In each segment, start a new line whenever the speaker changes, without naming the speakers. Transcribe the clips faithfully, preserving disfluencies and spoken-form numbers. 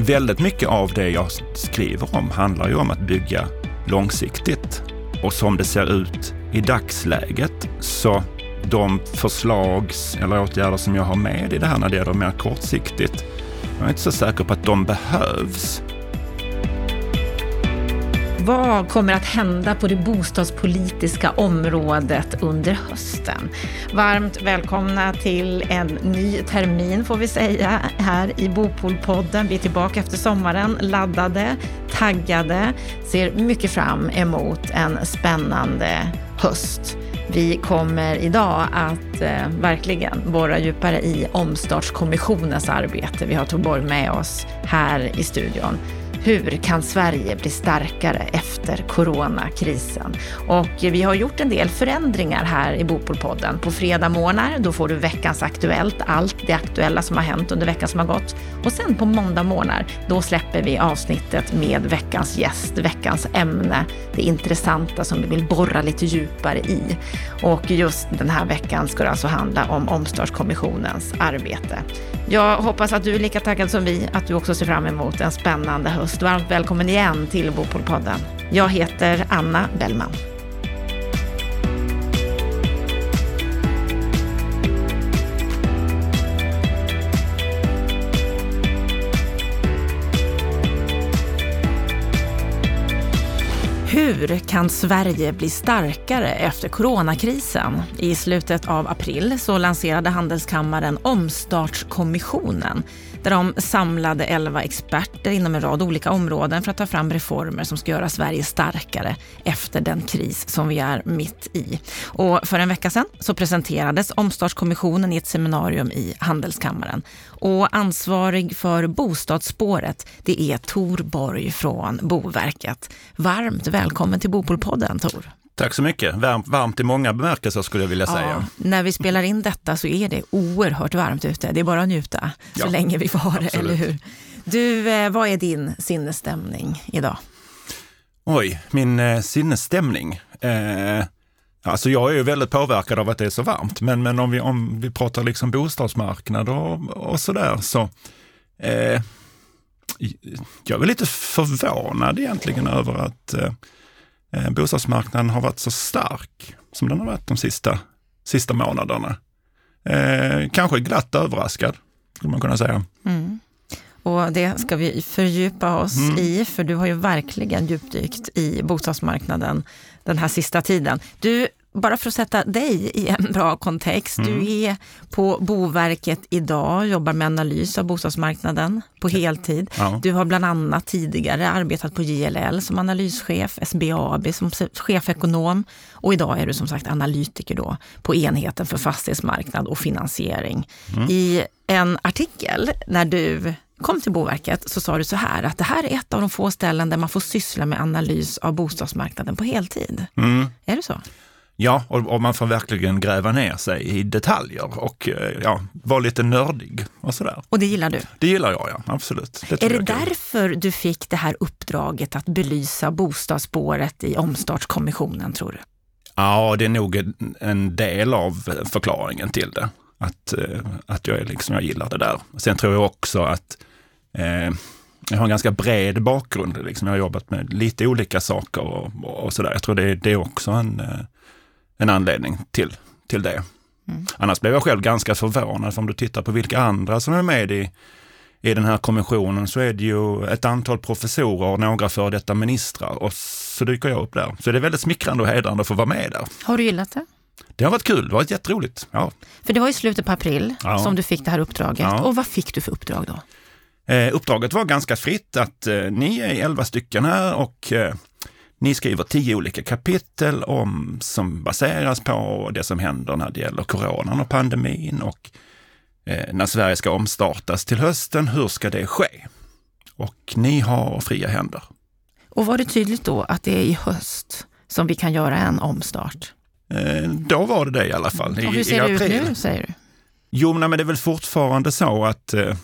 väldigt mycket av det jag skriver om handlar ju om att bygga långsiktigt. Och som det ser ut i dagsläget så de förslags eller åtgärder som jag har med i det här när det är mer kortsiktigt, jag är inte så säker på att de behövs.
Vad kommer att hända på det bostadspolitiska området under hösten? Varmt välkomna till en ny termin får vi säga här i Bopolpodden. Vi är tillbaka efter sommaren, laddade, taggade, ser mycket fram emot en spännande höst. Vi kommer idag att eh, verkligen borra djupare i Omstartskommissionens arbete. Vi har Torborg med oss här i studion. Hur kan Sverige bli starkare efter coronakrisen? Och vi har gjort en del förändringar här i Bopolpodden. På fredag morgnar, då får du veckans Aktuellt, allt det aktuella som har hänt under veckan som har gått. Och sen på måndag morgnar, då släpper vi avsnittet med veckans gäst, veckans ämne, det intressanta som vi vill borra lite djupare i. Och just den här veckan ska det alltså handla om Omstartskommissionens arbete. Jag hoppas att du är lika taggad som vi, att du också ser fram emot en spännande höst. Varmt välkommen igen till Bopolpodden. Jag heter Anna Bellman. Hur kan Sverige bli starkare efter coronakrisen? I slutet av april så lanserade Handelskammaren Omstartskommissionen, där de samlade elva experter inom en rad olika områden för att ta fram reformer som ska göra Sverige starkare efter den kris som vi är mitt i. Och för en vecka sedan så presenterades Omstartskommissionen i ett seminarium i Handelskammaren. Och ansvarig för bostadsspåret, det är Torborg från Boverket. Varmt välkommen till Bopolpodden, Tor.
Tack så mycket. Varmt, varmt i många bemärkelser skulle jag vilja säga.
Ja, när vi spelar in detta så är det oerhört varmt ute. Det är bara att njuta så ja, länge vi får ha det, eller hur? Du, vad är din sinnesstämning idag?
Oj, min eh, sinnesstämning. Eh, alltså jag är ju väldigt påverkad av att det är så varmt. Men, men om, vi, om vi pratar liksom bostadsmarknad och, och sådär så... Eh, jag är lite förvånad egentligen över att... Eh, bostadsmarknaden har varit så stark som den har varit de sista, sista månaderna. Eh, kanske glatt överraskad, skulle man kunna säga.
Mm. Och det ska vi fördjupa oss mm. i, för du har ju verkligen djupdykt i bostadsmarknaden den här sista tiden. Du, bara för att sätta dig i en bra kontext, mm. du är på Boverket idag, jobbar med analys av bostadsmarknaden på heltid. Ja. Du har bland annat tidigare arbetat på J L L som analyschef, S B A B som chefekonom, och idag är du som sagt analytiker då på enheten för fastighetsmarknad och finansiering. Mm. I en artikel när du kom till Boverket så sa du så här, att det här är ett av de få ställen där man får syssla med analys av bostadsmarknaden på heltid. Mm. Är det så?
Ja, och, och man får verkligen gräva ner sig i detaljer och ja, vara lite nördig och sådär.
Och det gillar du?
Det gillar jag, ja. Absolut.
Det är det därför du fick det här uppdraget att belysa bostadsspåret i Omstartskommissionen, tror du?
Ja, det är nog en, en del av förklaringen till det. Att, att jag, liksom, jag gillar det där. Sen tror jag också att eh, jag har en ganska bred bakgrund. Liksom. Jag har jobbat med lite olika saker och, och sådär. Jag tror det, det är också en... en anledning till, till det. Mm. Annars blev jag själv ganska förvånad, för om du tittar på vilka andra som är med i, i den här kommissionen så är det ju ett antal professorer och några för detta ministrar, och så dyker jag upp där. Så det är väldigt smickrande och hedrande att få vara med där.
Har du gillat det?
Det har varit kul, det har varit jätteroligt. Ja.
För det var i slutet på april ja. som du fick det här uppdraget. Ja. Och vad fick du för uppdrag då?
Eh, uppdraget var ganska fritt, att eh, ni är elva stycken här och eh, ni skriver tio olika kapitel om, som baseras på det som händer när det gäller coronan och pandemin och eh, när Sverige ska omstartas till hösten, hur ska det ske? Och ni har fria händer. Och
var det tydligt då att det är i höst som vi kan göra en omstart?
Eh, då var det det i alla fall. I,
och hur ser det ut nu, säger du?
Jo, nej, men det är väl fortfarande så att, eh,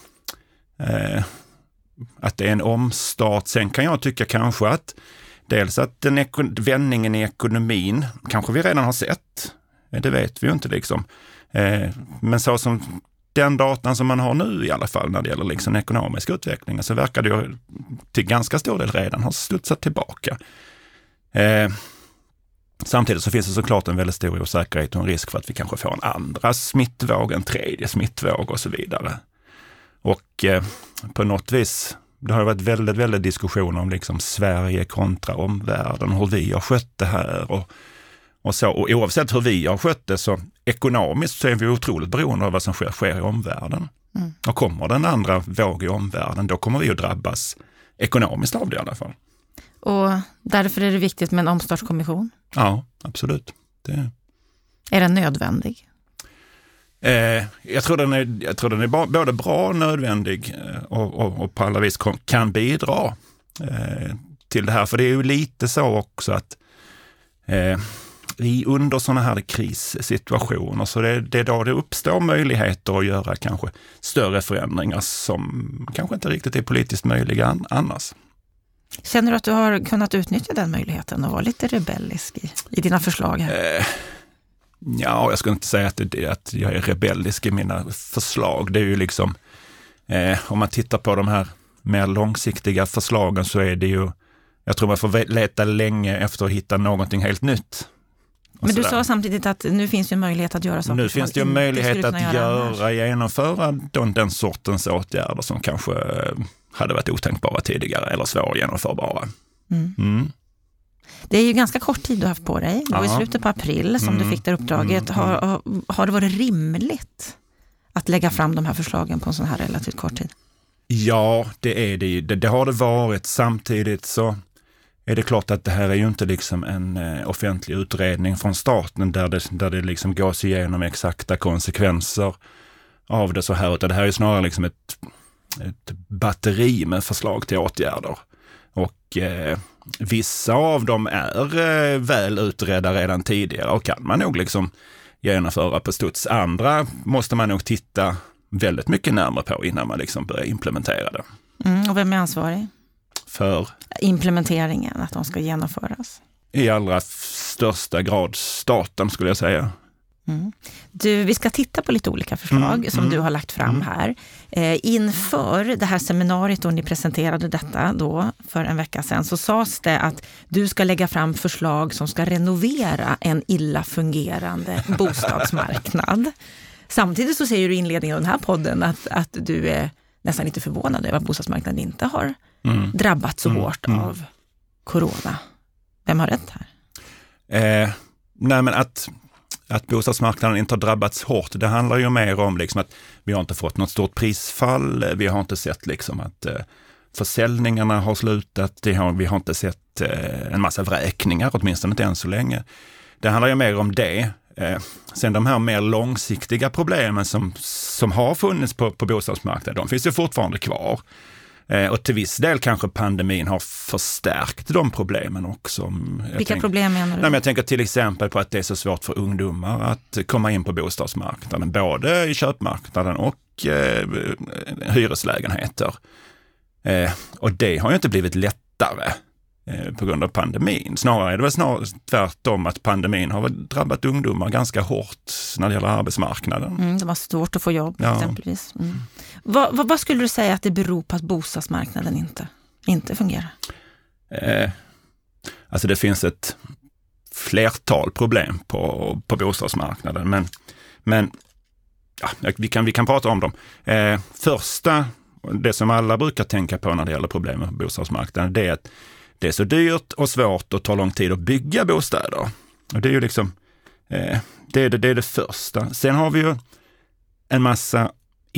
eh, att det är en omstart. Sen kan jag tycka kanske att dels att den eko- vändningen i ekonomin kanske vi redan har sett. Det vet vi ju inte liksom. Eh, men så som den datan som man har nu i alla fall när det gäller liksom ekonomisk utveckling, så verkar det ju till ganska stor del redan ha studsat tillbaka. Eh, samtidigt så finns det såklart en väldigt stor osäkerhet och en risk för att vi kanske får en andra smittvåg, en tredje smittvåg och så vidare. Och eh, på något vis, det har varit väldigt, väldigt diskussioner om liksom Sverige kontra omvärlden, hur vi har skött det här och, och så. Och oavsett hur vi har skött det, så ekonomiskt så är vi otroligt beroende av vad som sker, sker i omvärlden. Mm. Och kommer den andra våg i omvärlden, då kommer vi att drabbas ekonomiskt av det i alla fall.
Och därför är det viktigt med en omstartskommission?
Ja, absolut. Det...
Är den nödvändig?
Eh, jag tror den är, jag tror den är både bra och nödvändig och, och, och på alla vis kan bidra eh, till det här. För det är ju lite så också att eh, i under sådana här krissituationer, så det, det är då det uppstår möjligheter att göra kanske större förändringar som kanske inte riktigt är politiskt möjliga annars.
Känner du att du har kunnat utnyttja den möjligheten och vara lite rebellisk i, i dina förslag här?
Eh, ja, jag skulle inte säga att, det, att jag är rebellisk i mina förslag. Det är ju liksom, eh, om man tittar på de här mer långsiktiga förslagen, så är det ju, jag tror man får leta länge efter att hitta någonting helt nytt.
Men du sa samtidigt att nu finns ju en möjlighet att göra saker.
Nu finns det ju möjlighet att göra, göra genomföra den, den sortens åtgärder som kanske hade varit otänkbara tidigare eller svåra genomförbara. Mm. Mm.
Det är ju ganska kort tid du har haft på dig. Det var i slutet på april som mm. du fick det uppdraget. Mm. Har, har det varit rimligt att lägga fram de här förslagen på en sån här relativt kort tid?
Ja, det är det. Det, det har det varit. Samtidigt så är det klart att det här är ju inte liksom en eh, offentlig utredning från staten där det, där det liksom gås igenom exakta konsekvenser av det så här, utan det här är ju snarare liksom ett, ett batteri med förslag till åtgärder. Och eh, vissa av dem är eh, väl utredda redan tidigare och kan man nog liksom genomföra på studs. Andra måste man nog titta väldigt mycket närmare på innan man liksom börjar implementera det.
Mm, och vem är ansvarig?
För
implementeringen, att de ska genomföras?
I allra största grad staten, skulle jag säga.
Mm. Du, vi ska titta på lite olika förslag mm, som mm, du har lagt fram mm. här. Eh, inför det här seminariet då ni presenterade detta då för en vecka sedan, så sades det att du ska lägga fram förslag som ska renovera en illa fungerande bostadsmarknad. Samtidigt så säger du i inledningen av den här podden att, att du är nästan lite förvånad över att bostadsmarknaden inte har mm. drabbats så mm. hårt mm. av corona. Vem har rätt här?
Eh, nej men att, att bostadsmarknaden inte har drabbats hårt, det handlar ju mer om liksom att vi har inte fått något stort prisfall, vi har inte sett liksom att eh, försäljningarna har slutat, det har, vi har inte sett eh, en massa vräkningar, åtminstone inte än så länge. Det handlar ju mer om det. Eh, sen de här mer långsiktiga problemen som, som har funnits på, på bostadsmarknaden, de finns ju fortfarande kvar. Eh, och till viss del kanske pandemin har förstärkt de problemen också.
Vilka tänk, problem menar du?
Nej, men jag tänker till exempel på att det är så svårt för ungdomar att komma in på bostadsmarknaden, både i köpmarknaden och eh, hyreslägenheter. Eh, och det har ju inte blivit lättare på grund av pandemin. Snarare är det väl snarare tvärtom att pandemin har drabbat ungdomar ganska hårt när det gäller arbetsmarknaden.
Mm, det var svårt att få jobb ja. exempelvis. Mm. Vad, vad, vad skulle du säga att det beror på att bostadsmarknaden inte, inte fungerar? Eh,
alltså det finns ett flertal problem på, på bostadsmarknaden. Men, men ja, vi, kan, vi kan prata om dem. Eh, första, det som alla brukar tänka på när det gäller problem på bostadsmarknaden, det är att det är så dyrt och svårt och tar lång tid att bygga bostäder. Och det är ju liksom, eh, det, är det, det är det första. Sen har vi ju en massa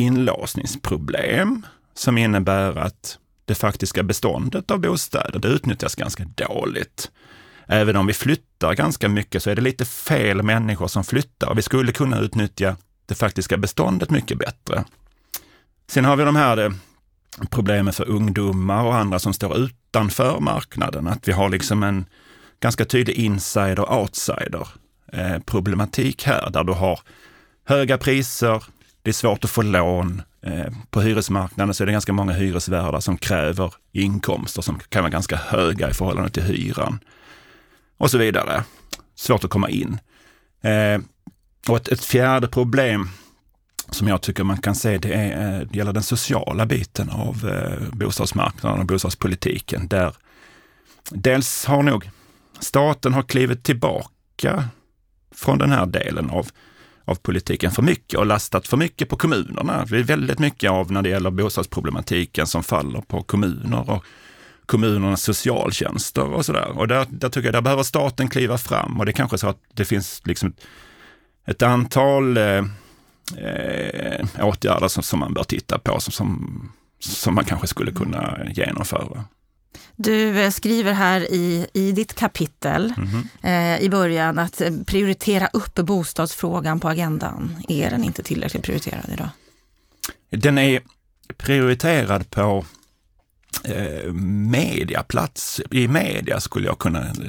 inlåsningsproblem som innebär att det faktiska beståndet av bostäder, det utnyttjas ganska dåligt. Även om vi flyttar ganska mycket så är det lite fel människor som flyttar. Vi skulle kunna utnyttja det faktiska beståndet mycket bättre. Sen har vi de här problemen för ungdomar och andra som står utanför marknaden. Att vi har liksom en ganska tydlig insider och outsider eh, problematik här, där du har höga priser, det är svårt att få lån. Eh, på hyresmarknaden så är det ganska många hyresvärdar som kräver inkomster som kan vara ganska höga i förhållande till hyran. Och så vidare. Svårt att komma in. Eh, och ett, ett fjärde problem som jag tycker man kan se, det, är, det gäller den sociala biten av eh, bostadsmarknaden och bostadspolitiken. Där dels har nog staten har klivit tillbaka från den här delen av, av politiken för mycket och lastat för mycket på kommunerna. Det är väldigt mycket av när det gäller bostadsproblematiken som faller på kommuner och kommunernas socialtjänster och sådär. Och där, där tycker jag där behöver staten kliva fram, och det är kanske så att det finns liksom ett, ett antal eh, eh, åtgärder som, som man bör titta på som, som, som man kanske skulle kunna genomföra.
Du skriver här i, i ditt kapitel mm-hmm. eh, i början att prioritera upp bostadsfrågan på agendan. Är den inte tillräckligt prioriterad idag?
Den är prioriterad på eh, mediaplats. I media skulle jag kunna, eh,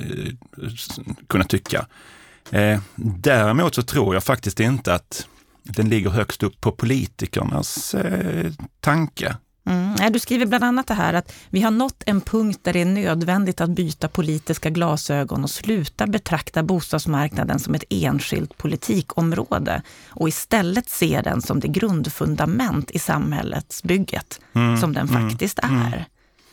kunna tycka. Eh, däremot så tror jag faktiskt inte att den ligger högst upp på politikernas eh, tanke.
Mm. Du skriver bland annat det här att vi har nått en punkt där det är nödvändigt att byta politiska glasögon och sluta betrakta bostadsmarknaden som ett enskilt politikområde och istället se den som det grundfundament i samhällets bygget mm. som den faktiskt mm. är.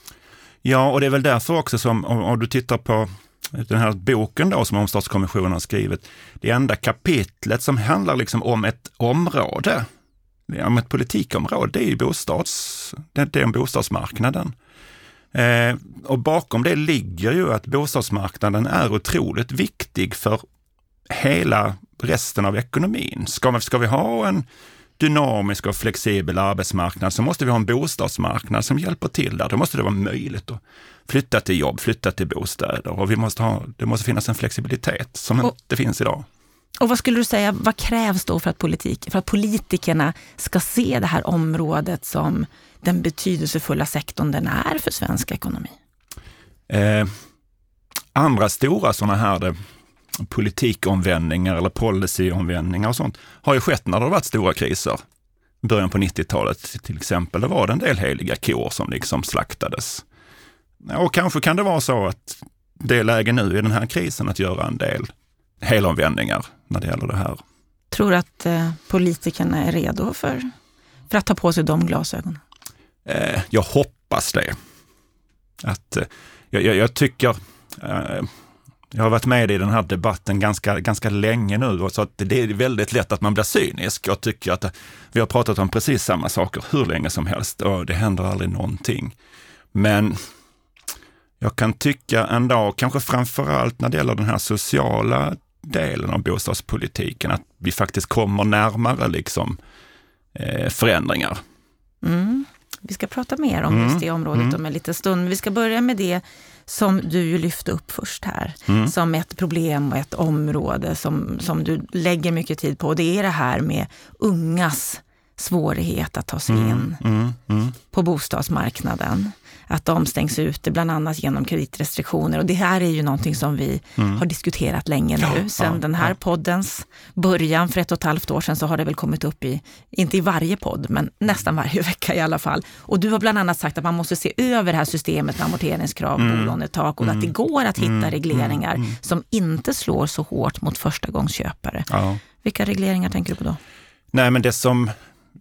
Ja, och det är väl därför också som om, om du tittar på den här boken då som Omstartskommissionen har skrivit, det enda kapitlet som handlar liksom om ett område, om ett politikområde, det är ju bostads, det är en bostadsmarknaden. Eh, och bakom det ligger ju att bostadsmarknaden är otroligt viktig för hela resten av ekonomin. Ska vi, ska vi ha en dynamisk och flexibel arbetsmarknad så måste vi ha en bostadsmarknad som hjälper till där. Då måste det vara möjligt att flytta till jobb, flytta till bostäder, och vi måste ha, det måste finnas en flexibilitet som och, inte finns idag.
Och vad skulle du säga, vad krävs då för att, politik, för att politikerna ska se det här området som den betydelsefulla sektorn den är för svensk ekonomi? Eh,
andra stora sådana här det, politikomvändningar eller policyomvändningar och sånt har ju skett när det har varit stora kriser. I början på nittiotalet till exempel, det var det en del heliga kor som liksom slaktades. Och kanske kan det vara så att det är läge nu i den här krisen att göra en del helomvändningar när det gäller det här.
Tror du att eh, politikerna är redo för, för att ta på sig de glasögonen?
Eh, jag hoppas det. Att, eh, jag, jag, jag tycker... Eh, jag har varit med i den här debatten ganska, ganså länge nu, och så att det är väldigt lätt att man blir cynisk och tycker att vi har pratat om precis samma saker hur länge som helst och det händer aldrig någonting. Men jag kan tycka ändå, kanske framförallt när det gäller den här sociala delen av bostadspolitiken, att vi faktiskt kommer närmare liksom, eh, förändringar.
Mm. Vi ska prata mer om
mm.
just det området mm. om en liten stund. Men vi ska börja med det som du ju lyfte upp först här. Mm. Som ett problem och ett område som, som du lägger mycket tid på. Det är det här med ungas svårighet att ta sig
mm.
in
Mm. Mm.
på bostadsmarknaden. Att de stängs ute bland annat genom kreditrestriktioner. Och det här är ju någonting som vi mm. har diskuterat länge nu. Ja, sen ja, den här ja. poddens början för ett och ett halvt år sedan så har det väl kommit upp i, inte i varje podd, men nästan varje vecka i alla fall. Och du har bland annat sagt att man måste se över det här systemet med amorteringskrav, mm. bolånetak och mm. att det går att hitta mm. regleringar mm. som inte slår så hårt mot förstagångsköpare. Ja. Vilka regleringar tänker du på då? Nej, men det som...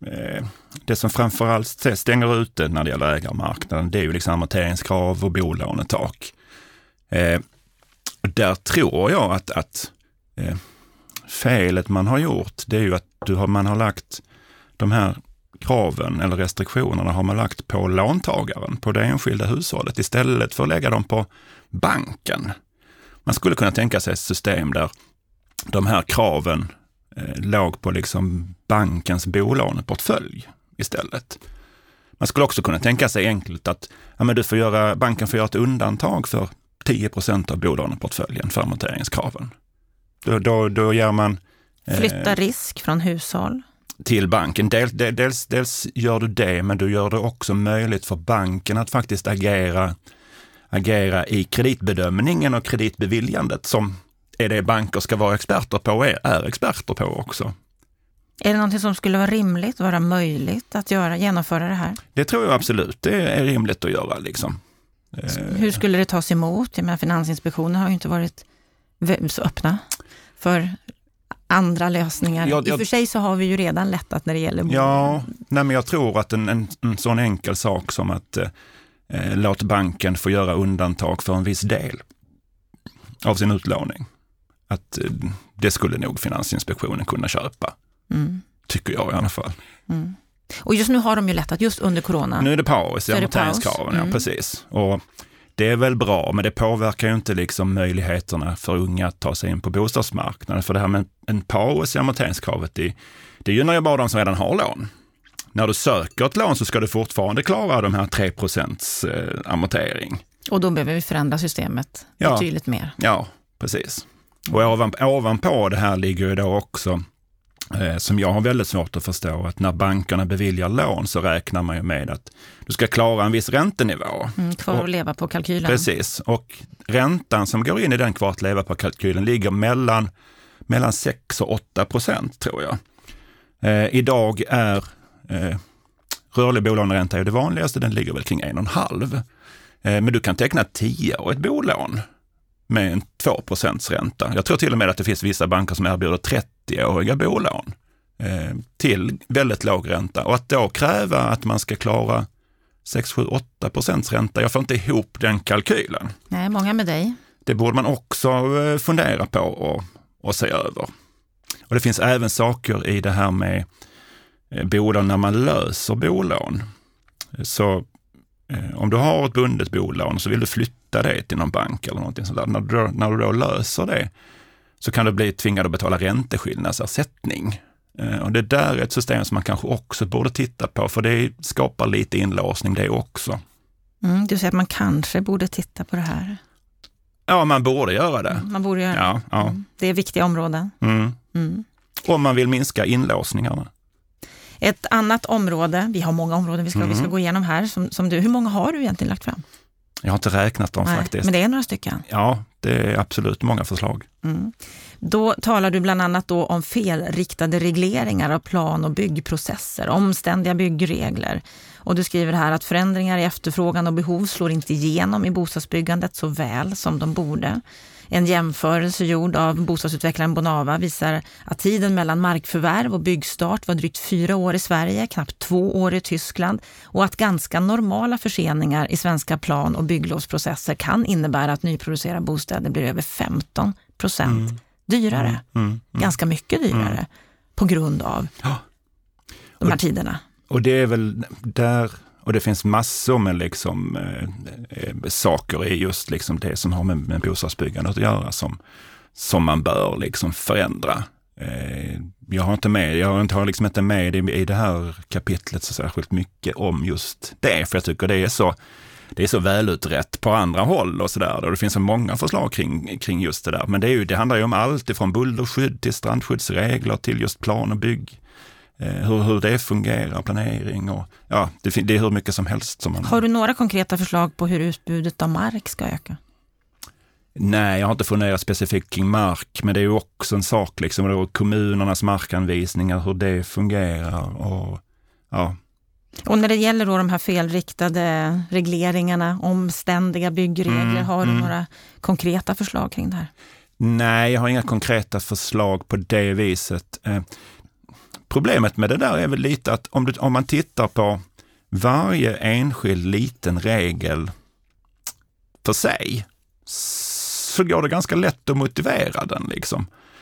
Det som framförallt stänger ute när det gäller ägarmarknaden, det är ju liksom amorteringskrav och bolånetak. Eh, och där tror jag att, att eh, felet man har gjort, det är ju att du har, man har lagt de här kraven eller restriktionerna har man lagt på låntagaren, på det enskilda hushållet, istället för att lägga dem på banken. Man skulle kunna tänka sig ett system där de här kraven låg på liksom bankens bolåneportfölj istället. Man skulle också kunna tänka sig enkelt att ja, men du får göra, banken får göra ett undantag för tio procent av bolåneportföljen för amorteringskraven. Då, då, då gör man...
Eh, Flytta risk från hushåll.
Till banken. Del, del, dels, dels gör du det, men du gör det också möjligt för banken att faktiskt agera, agera i kreditbedömningen och kreditbeviljandet som är det banker ska vara experter på och är, är experter på också.
Är det någonting som skulle vara rimligt, vara möjligt att göra, genomföra det här?
Det tror jag absolut. Det är rimligt att göra. Liksom.
Hur skulle det tas emot? Jag menar, Finansinspektionen har ju inte varit så öppna för andra lösningar?
Jag, jag,
I och för sig så har vi ju redan lättat när det gäller bolag.
Ja, nej, men jag tror att en, en, en sån enkel sak som att eh, låta banken få göra undantag för en viss del av sin utlåning. Att eh, det skulle nog Finansinspektionen kunna köpa. Mm. Tycker jag i alla fall.
Mm. Och just nu har de ju lättat just under corona.
Nu är det paus i amorteringskraven, mm. ja precis. Och det är väl bra, men det påverkar ju inte liksom möjligheterna för unga att ta sig in på bostadsmarknaden. För det här med en paus i amorteringskravet, det, det gynnar ju bara de som redan har lån. När du söker ett lån så ska du fortfarande klara de här tre procents eh, amortering.
Och då behöver vi förändra systemet
ja.
betydligt mer.
Ja, precis. Och ovan, ovanpå det här ligger ju då också, eh, som jag har väldigt svårt att förstå, att när bankerna beviljar lån så räknar man ju med att du ska klara en viss räntenivå.
Mm, kvar och, att leva på kalkylen.
Precis, och räntan som går in i den kvar att leva på kalkylen ligger mellan, mellan sex och åtta procent tror jag. Eh, idag är eh, rörlig bolåneränta är det vanligaste, den ligger väl kring en och en halv. Eh, men du kan teckna tioårigt bolån med en två procents ränta. Jag tror till och med att det finns vissa banker som erbjuder trettioåriga bolån eh, till väldigt låg ränta. Och att då kräva att man ska klara sex, sju, åtta procents ränta, jag får inte ihop den kalkylen.
Nej, många med dig.
Det borde man också eh, fundera på och, och se över. Och det finns även saker i det här med eh, bolån när man löser bolån. Så eh, om du har ett bundet bolån så vill du flytta det till någon bank eller någonting sådär. När du, då, när du då löser det så kan du bli tvingad att betala ränteskillnadsersättning. Eh, och det där är ett system som man kanske också borde titta på, för det skapar lite inlåsning det också.
Mm, du säger att man kanske borde titta på det här.
Ja, man borde göra det.
Man borde göra
ja,
det.
Ja.
Mm. Det är viktiga områden.
Mm.
Mm.
Om man vill minska inlåsningarna.
Ett annat område, vi har många områden vi ska,
mm.
vi ska gå igenom här, som, som du, hur många har du egentligen lagt fram?
Jag har inte räknat dem. Nej, faktiskt.
Men det är några stycken?
Ja, det är absolut många förslag.
Mm. Då talar du bland annat då om felriktade regleringar av plan- och byggprocesser, omständiga byggregler. Och du skriver här att förändringar i efterfrågan och behov slår inte igenom i bostadsbyggandet så väl som de borde. En jämförelse gjord av bostadsutvecklaren Bonava visar att tiden mellan markförvärv och byggstart var drygt fyra år i Sverige, knappt två år i Tyskland, och att ganska normala förseningar i svenska plan- och bygglovsprocesser kan innebära att nyproducerade bostäder blir över femton procent mm. dyrare. Mm. Mm. Mm. Ganska mycket dyrare mm. på grund av ja. de här och, tiderna.
Och det är väl där... Och det finns massor med liksom, eh, saker i just liksom det som har med, med bostadsbyggandet att göra som, som man bör liksom förändra. Eh, jag har inte med, jag har inte, har liksom inte med i, i det här kapitlet så särskilt mycket om just det, för jag tycker det är så, det är så välutrett på andra håll och sådär. Och det finns så många förslag kring, kring just det där. Men det, är ju, det handlar ju om allt ifrån bullerskydd till strandskyddsregler till just plan och bygg. Hur, hur det fungerar, planering och ja, det, det är hur mycket som helst som man...
Har du några konkreta förslag på hur utbudet av mark ska öka?
Nej, jag har inte funderat specifikt kring mark, men det är ju också en sak liksom, då, kommunernas markanvisningar, hur det fungerar och ja.
Och när det gäller då de här felriktade regleringarna, omständiga byggregler, mm, har du mm. några konkreta förslag kring det här? Nej, jag har inga konkreta förslag på det viset. Eh, Problemet med det där är väl lite att om, du, om man tittar på varje enskild liten regel för sig så går det ganska lätt att motivera den liksom.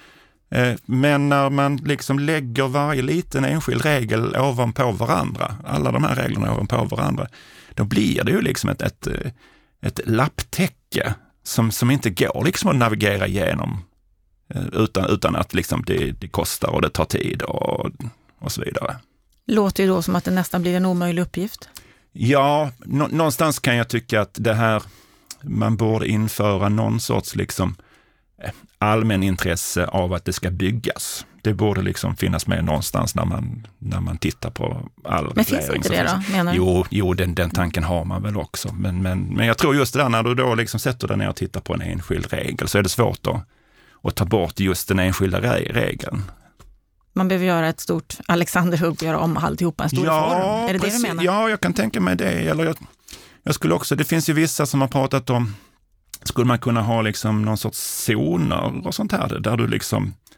Men när man liksom lägger varje liten enskild regel ovanpå varandra, alla de här reglerna ovanpå varandra, då blir det ju liksom ett, ett, ett lapptäcke som, som inte går liksom att navigera igenom. Utan, utan att liksom det, det kostar och det tar tid och, och så vidare. Låter ju då som att det nästan blir en omöjlig uppgift. Ja, nå, någonstans kan jag tycka att det här, man borde införa någon sorts liksom allmän intresse av att det ska byggas. Det borde liksom finnas med någonstans när man, när man tittar på all Men finns inte det då, menar du?
Jo, jo den, den tanken har man väl också. Men, men, men jag tror just det där, när du då liksom sätter dig ner och tittar på en enskild regel så är det svårt att och ta bort just den enskilda re- regeln. Man behöver göra ett stort Alexanderhugg, göra om alltihopa, en stor ja, reform. Är det precis, det du menar? Ja, jag kan tänka mig det. Eller jag, jag skulle också, det finns ju vissa som har pratat om, skulle man kunna ha liksom någon sorts zoner och sånt här, där du liksom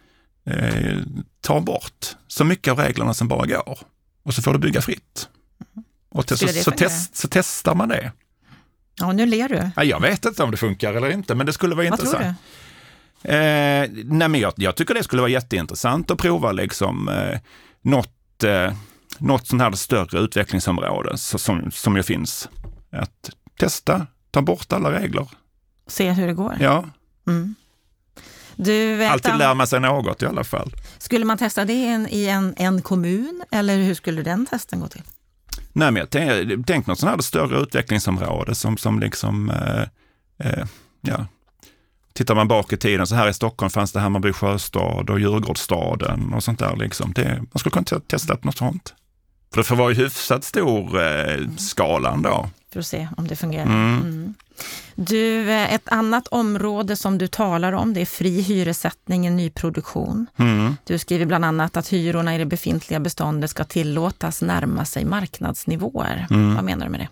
eh, ta bort så mycket av reglerna som bara går. Och så får du bygga fritt. Och te- så, så, test, så testar man det.
Ja, nu ler du.
Ja, jag vet inte om det funkar eller inte, men det skulle vara
Vad
intressant.
tror du?
Eh, nej, men jag, jag tycker det skulle vara jätteintressant att prova liksom, eh, något, eh, något sånt här större utvecklingsområde så, som, som ju finns. Att testa, ta bort alla regler.
Se hur det går.
Ja.
Mm. Du vet,
Alltid lär man sig något i alla fall.
Skulle man testa det i en, i en, en kommun eller hur skulle den testen gå till?
Nej, men jag tänk, tänk något sånt här större utvecklingsområde som, som liksom, eh, eh, ja, tittar man bak i tiden så här i Stockholm fanns det Hammarby sjöstad och Djurgårdsstaden och sånt där liksom. Det, man skulle kunna testa på något sånt. För det får vara i hyfsat stor eh, skalan då.
För att se om det fungerar.
Mm.
Mm. Du, ett annat område som du talar om, det är fri hyressättning i nyproduktion.
Mm.
Du skriver bland annat att hyrorna i det befintliga beståndet ska tillåtas närma sig marknadsnivåer. Mm. Vad menar du med det?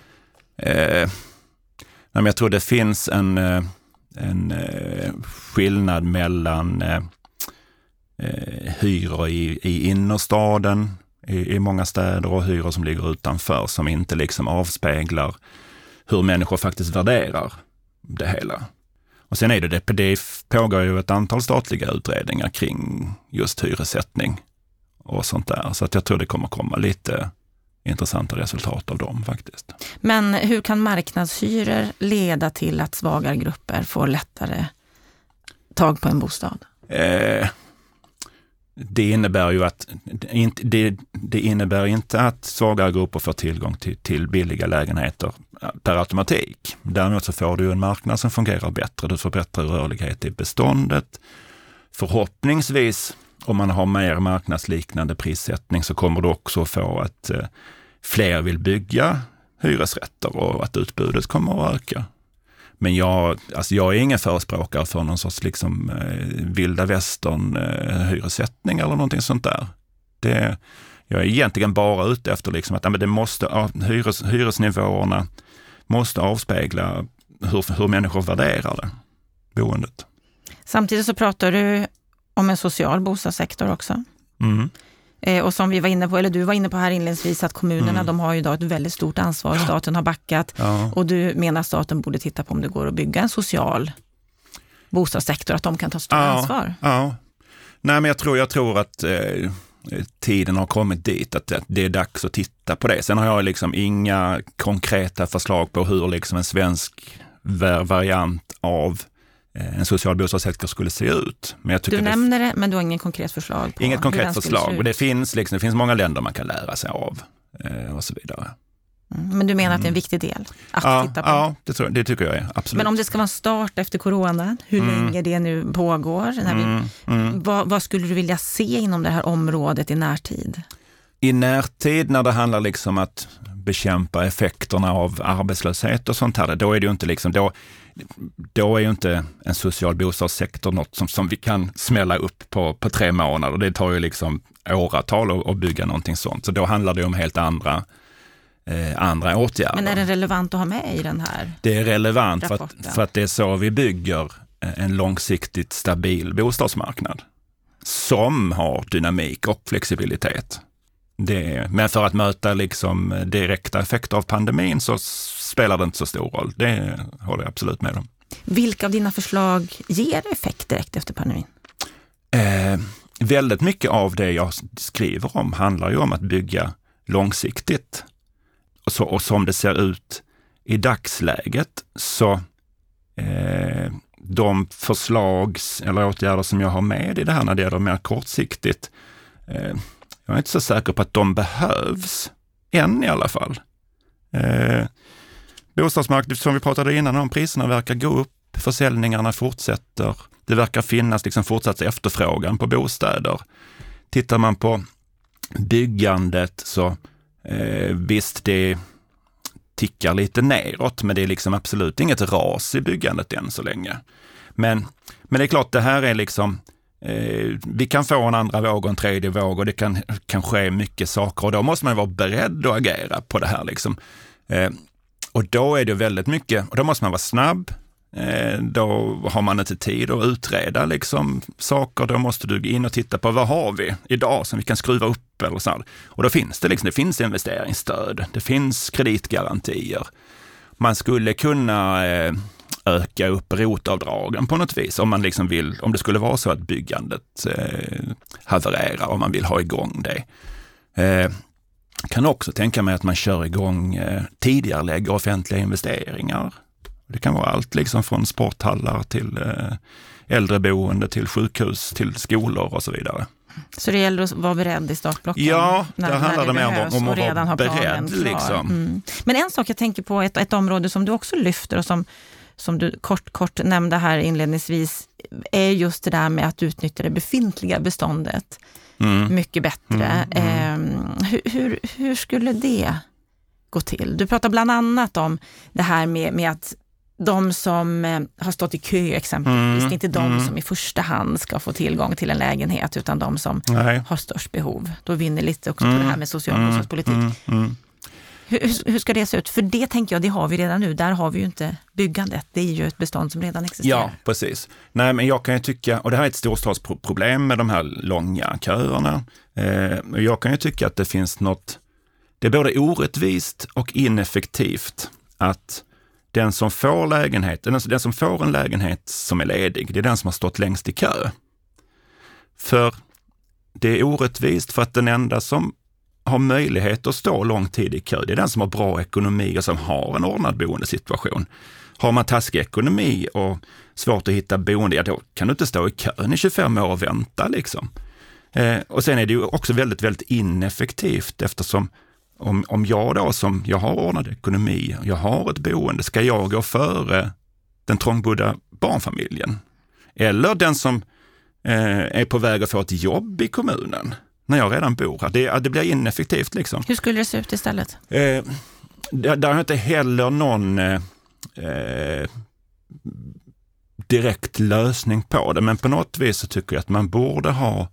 Eh, nej, men jag tror det finns en, en eh, skillnad mellan eh, eh, hyror i, i innerstaden i, i många städer och hyror som ligger utanför som inte liksom avspeglar hur människor faktiskt värderar det hela. Och sen är det det, det pågår ju ett antal statliga utredningar kring just hyressättning och sånt där. Så att jag tror det kommer komma lite intressanta resultat av dem faktiskt.
Men hur kan marknadshyror leda till att svagare grupper får lättare tag på en bostad?
Eh, det innebär ju att det, det innebär inte att svagare grupper får tillgång till, till billiga lägenheter per automatik. Däremot så får du en marknad som fungerar bättre. Du får bättre rörlighet i beståndet. Förhoppningsvis, om man har mer marknadsliknande prissättning så kommer du också få att eh, fler vill bygga hyresrätter och att utbudet kommer att öka. Men jag, alltså jag är ingen förespråkare för någon sorts liksom, eh, vilda västern eh, hyressättning eller någonting sånt där. Det, jag är egentligen bara ute efter liksom att ja, men det måste, hyres, hyresnivåerna måste avspegla hur, hur människor värderar det, boendet.
Samtidigt så pratar du om en social bostadssektor också.
Mm.
Eh, och som vi var inne på, eller du var inne på här inledningsvis, att kommunerna
Mm.
de har ju idag ett väldigt stort ansvar. Staten har backat.
Ja.
Och du menar att staten borde titta på om det går att bygga en social bostadssektor, att de kan ta större
ja,
ansvar.
Ja. Nej, men jag tror, jag tror att eh, tiden har kommit dit, att, att det är dags att titta på det. Sen har jag liksom inga konkreta förslag på hur liksom en svensk variant av en social bostadssektor skulle se ut. Men jag tycker
du
det
nämner det, men du har ingen konkret förslag på
inget
hur
konkret
den skulle
förslag.
se ut.
Och det finns, liksom, det finns många länder man kan lära sig av eh, och så vidare.
Mm, men du menar att det är en viktig del att
ja,
titta på?
Ja, det, tror, det tycker jag är absolut.
Men om det ska vara en start efter corona, hur mm. länge det nu pågår, när vi,
mm, mm.
Vad, vad skulle du vilja se inom det här området i närtid?
I närtid, när det handlar liksom att bekämpa effekterna av arbetslöshet och sånt här, då är det ju inte liksom, då, då är ju inte en social bostadssektor något som, som vi kan smälla upp på, på tre månader. Det tar ju liksom åratal att, att bygga någonting sånt. Så då handlar det om helt andra Eh, andra åtgärder.
Men är det relevant att ha med i den här
Det är relevant för att,
rapporten?
för att det är så vi bygger en långsiktigt stabil bostadsmarknad som har dynamik och flexibilitet. Det, men för att möta liksom direkta effekter av pandemin så spelar det inte så stor roll. Det håller jag absolut med om.
Vilka av dina förslag ger effekt direkt efter pandemin?
Eh, väldigt mycket av det jag skriver om handlar ju om att bygga långsiktigt. Och, så, och som det ser ut i dagsläget så eh, de förslag eller åtgärder som jag har med i det här när det gäller mer kortsiktigt, eh, jag är inte så säker på att de behövs än i alla fall. Eh, bostadsmarknaden, som vi pratade innan om, priserna verkar gå upp, försäljningarna fortsätter, det verkar finnas liksom fortsatt efterfrågan på bostäder. Tittar man på byggandet så Eh, visst, det tickar lite neråt, men det är liksom absolut inget ras i byggandet än så länge. Men, men det är klart, det här är liksom, eh, vi kan få en andra våg och en tredje våg och det kan, kan ske mycket saker och då måste man vara beredd att agera på det här liksom. Eh, och då är det väldigt mycket, och då måste man vara snabb, Eh, då har man inte tid att utreda liksom saker. Då måste du gå in och titta på vad har vi idag som vi kan skruva upp eller så. Och då finns det liksom, det finns investeringsstöd, det finns kreditgarantier. Man skulle kunna eh, öka upp rotavdragen på något vis om man liksom vill, om det skulle vara så att byggandet eh, havererar och man vill ha igång det. Eh, kan också tänka mig att man kör igång eh, tidigare lägger offentliga investeringar. Det kan vara allt liksom från sporthallar till eh, äldreboende, till sjukhus, till skolor och så vidare.
Så det gäller att vara beredd i startblocken?
Ja,
när,
det handlar
det
mer om, om att
redan
vara beredd. Liksom.
Mm. Men en sak jag tänker på, ett, ett område som du också lyfter och som, som du kort, kort nämnde här inledningsvis, är just det där med att utnyttja det befintliga beståndet mm. mycket bättre. Mm. Mm. Eh, hur, hur, hur skulle det gå till? Du pratar bland annat om det här med, med att de som eh, har stått i kö exempelvis,
mm,
det är inte de
mm.
som i första hand ska få tillgång till en lägenhet utan de som Nej. har störst behov. Då vinner lite också mm, på det här med social mm, bostadspolitik. Mm, mm. Hur, hur ska det se ut? För det tänker jag, det har vi redan nu. Där har vi ju inte byggandet. Det är ju ett bestånd som redan existerar.
Ja, precis. Nej, men jag kan ju tycka, och det här är ett storstadsproblem med de här långa köerna. Eh, jag kan ju tycka att det finns något, det är både orättvist och ineffektivt att den som får lägenhet, den som får en lägenhet som är ledig, det är den som har stått längst i kö. För det är orättvist för att den enda som har möjlighet att stå lång tid i kö, det är den som har bra ekonomi och som har en ordnad boendesituation. Har man taskig ekonomi och svårt att hitta boende, ja då kan du inte stå i kön i tjugofem år och vänta liksom. Eh, och sen är det ju också väldigt, väldigt ineffektivt eftersom Om, om jag då som, jag har ordnad ekonomi, jag har ett boende, ska jag gå före den trångbodda barnfamiljen? Eller den som eh, är på väg att få ett jobb i kommunen när jag redan bor här? Det, det blir ineffektivt liksom.
Hur skulle det se ut istället?
Eh, där, där är inte heller någon eh, direkt lösning på det, men på något vis så tycker jag att man borde ha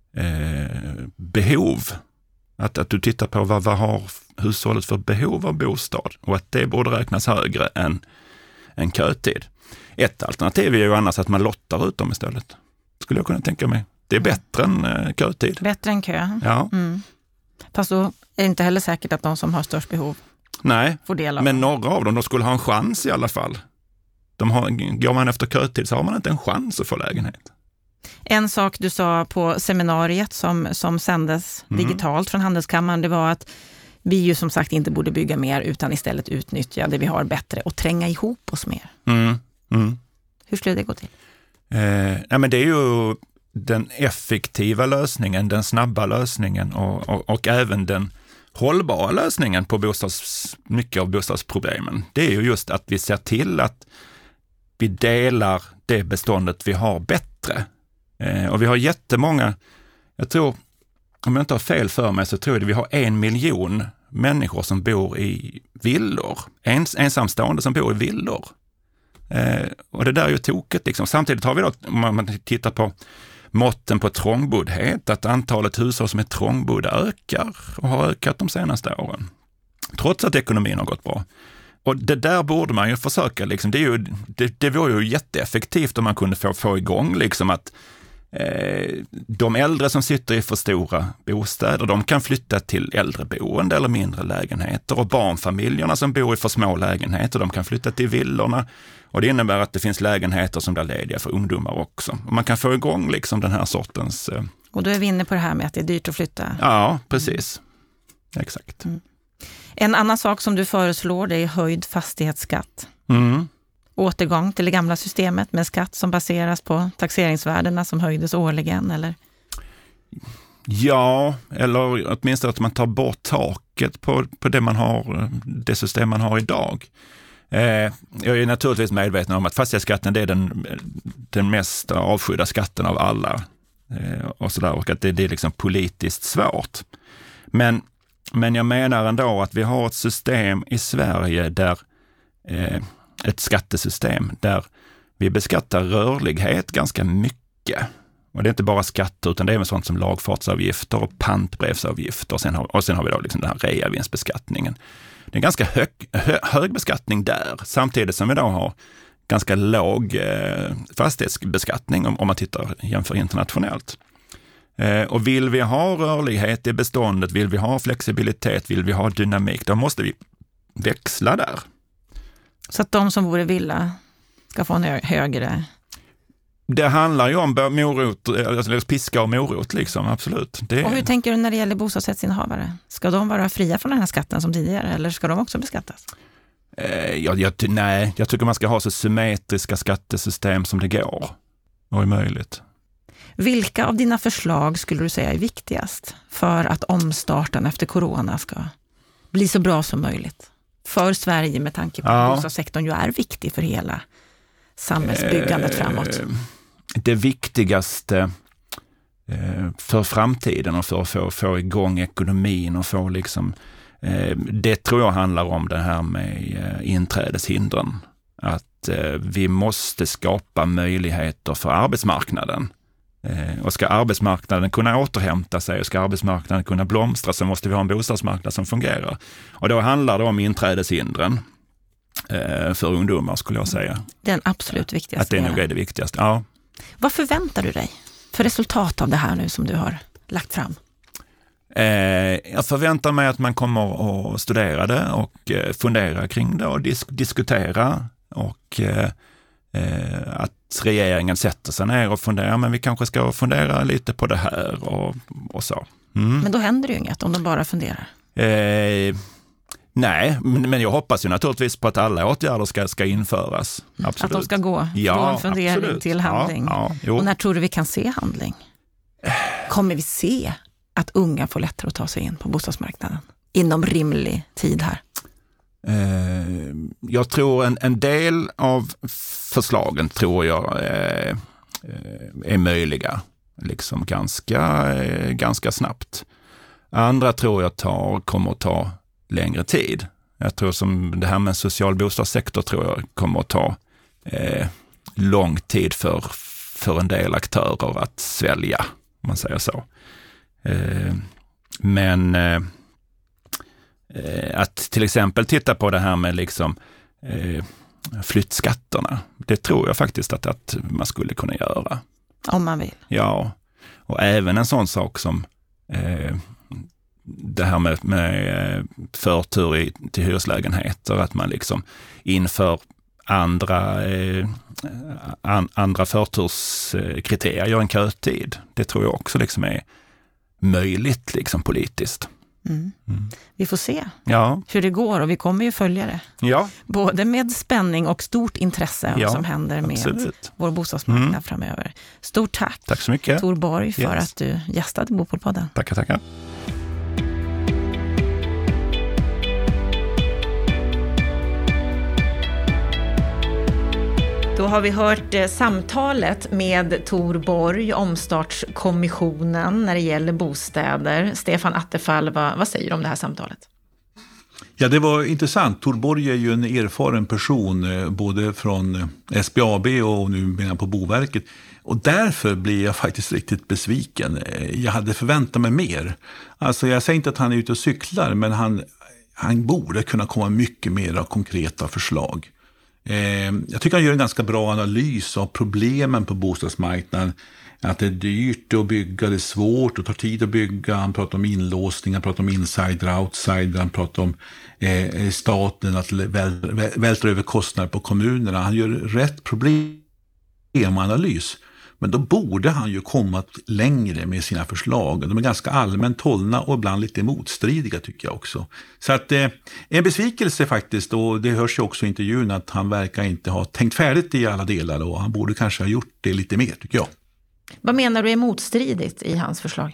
eh, behov. Att, att du tittar på vad, vad har hushållet för behov av bostad och att det borde räknas högre än, än kötid. Ett alternativ är ju annars att man lottar ut dem istället. Skulle jag kunna tänka mig. Det är bättre än eh, kötid.
Bättre än kö.
Ja.
Mm. Fast då är det inte heller säkert att de som har störst behov
Nej,
får del av
men några av dem de skulle ha en chans i alla fall. De har, går man efter kötid så har man inte en chans att få lägenhet.
En sak du sa på seminariet som, som sändes mm. digitalt från Handelskammaren, det var att vi ju som sagt inte borde bygga mer utan istället utnyttja det vi har bättre och tränga ihop oss mer.
Mm. Mm.
Hur skulle det gå till?
Eh, ja, men det är ju den effektiva lösningen, den snabba lösningen och, och, och även den hållbara lösningen på bostads, mycket av bostadsproblemen. Det är ju just att vi ser till att vi delar det beståndet vi har bättre. Eh, och vi har jättemånga, jag tror, om jag inte har fel för mig så tror jag att vi har en miljon människor som bor i villor. Ens, ensamstående som bor i villor. Eh, och det där är ju tokigt liksom. Samtidigt har vi då, om man tittar på måtten på trångboddhet, att antalet hushåll som är trångbodda ökar och har ökat de senaste åren. Trots att ekonomin har gått bra. Och det där borde man ju försöka, liksom, det, är ju, det, det var ju jätteeffektivt om man kunde få, få igång liksom att eh, de äldre som sitter i för stora bostäder, de kan flytta till äldreboende eller mindre lägenheter och barnfamiljerna som bor i för små lägenheter, de kan flytta till villorna och det innebär att det finns lägenheter som blir lediga för ungdomar också. Och man kan få igång liksom den här sortens... Eh,
och då är vi inne på det här med att det är dyrt att flytta.
Ja, precis. Mm. Exakt.
Mm. En annan sak som du föreslår, det är höjd fastighetsskatt.
Mm.
Återgång till det gamla systemet med skatt som baseras på taxeringsvärdena som höjdes årligen, eller?
Ja, eller åtminstone att man tar bort taket på, på det man har, det system man har idag. Eh, jag är naturligtvis medveten om att fastighetsskatten det är den, den mest avskydda skatten av alla. Eh, och, sådär, och att det, det är liksom politiskt svårt. Men Men jag menar ändå att vi har ett system i Sverige där eh, ett skattesystem där vi beskattar rörlighet ganska mycket. Och det är inte bara skatter utan det är även sånt som lagfartsavgifter och pantbrevsavgifter och sen har, och sen har vi då liksom den här reavinstbeskattningen. Det är en ganska hög, hö, hög beskattning där samtidigt som vi då har ganska låg eh, fastighetsbeskattning om, om man tittar jämför internationellt. Eh, och vill vi ha rörlighet i beståndet, vill vi ha flexibilitet, vill vi ha dynamik, då måste vi växla där.
Så att de som bor i villa ska få en hö- högre...
Det handlar ju om morot, alltså piska och morot liksom, absolut. Det...
Och hur tänker du när det gäller bostadsrättsinnehavare? Ska de vara fria från den här skatten som tidigare eller ska de också beskattas?
Eh, jag, jag, nej, jag tycker man ska ha så symmetriska skattesystem som det går och är möjligt.
Vilka av dina förslag skulle du säga är viktigast för att omstarten efter corona ska bli så bra som möjligt? För Sverige med tanke på att ja. bostadssektorn ju är viktig för hela samhällsbyggandet eh, framåt.
Det viktigaste eh, för framtiden och för att få, få igång ekonomin och få liksom, eh, det tror jag handlar om det här med eh, inträdeshindren. Att eh, vi måste skapa möjligheter för arbetsmarknaden. Eh, och ska arbetsmarknaden kunna återhämta sig och ska arbetsmarknaden kunna blomstra så måste vi ha en bostadsmarknad som fungerar. Och då handlar det om inträdeshindren eh, för ungdomar skulle jag säga.
Den absolut viktigaste.
Att det nog är det viktigaste, ja.
Vad förväntar du dig för resultat av det här nu som du har lagt fram?
Eh, jag förväntar mig att man kommer att studera det och eh, fundera kring det och disk- diskutera och eh, eh, att regeringen sätter sig ner och funderar, men vi kanske ska fundera lite på det här och, och så. Mm.
Men då händer det ju inget om de bara funderar.
Eh, nej, men, men jag hoppas ju naturligtvis på att alla åtgärder ska, ska införas. Absolut.
Att de ska gå
ja,
från fundering
absolut.
till handling.
Ja, ja,
och när tror du vi kan se handling? Kommer vi se att unga får lättare att ta sig in på bostadsmarknaden inom rimlig tid här?
Eh, jag tror en, en del av förslagen tror jag eh, är möjliga liksom ganska, eh, ganska snabbt. Andra tror jag tar, kommer att ta längre tid. Jag tror som det här med social bostadssektor tror jag kommer att ta eh, lång tid för, för en del aktörer att svälja, om man säger så. Eh, men eh, att till exempel titta på det här med liksom eh, flyttskatterna, det tror jag faktiskt att, att man skulle kunna göra.
Om man vill.
Ja, och även en sån sak som eh, det här med, med förtur i, till hyreslägenheter, att man liksom inför andra, eh, an, andra förturskriterier, gör en kötid. Det tror jag också liksom är möjligt liksom politiskt.
Mm. Mm. Vi får se
ja.
hur det går och vi kommer ju följa det.
Ja.
Både med spänning och stort intresse ja, som händer med absolut. Vår bostadsmarknad mm. framöver. Stort tack,
tack så mycket.
Tor Borg för
yes.
att du gästade Bopolpodden.
Tackar, tackar.
Då har vi hört eh, samtalet med Tor Borg, omstartskommissionen när det gäller bostäder. Stefan Attefall, vad, vad säger du om det här samtalet?
Ja, det var intressant. Tor Borg är ju en erfaren person, eh, både från S B A B och nu menar på Boverket. Och därför blir jag faktiskt riktigt besviken. Jag hade förväntat mig mer. Alltså jag säger inte att han är ute och cyklar, men han, han borde kunna komma mycket mer konkreta förslag. Jag tycker han gör en ganska bra analys av problemen på bostadsmarknaden. Att det är dyrt att bygga, det är svårt och tar tid att bygga. Han pratar om inlåsning, han pratar om insider, outsider, han pratar om eh, staten att väl, vältra över kostnader på kommunerna. Han gör rätt problemanalys. Men då borde han ju komma längre med sina förslag. De är ganska allmänt hållna och ibland lite motstridiga tycker jag också. Så att eh, en besvikelse faktiskt, och det hörs ju också i intervjun att han verkar inte ha tänkt färdigt i alla delar och han borde kanske ha gjort det lite mer tycker jag.
Vad menar du är motstridigt i hans förslag?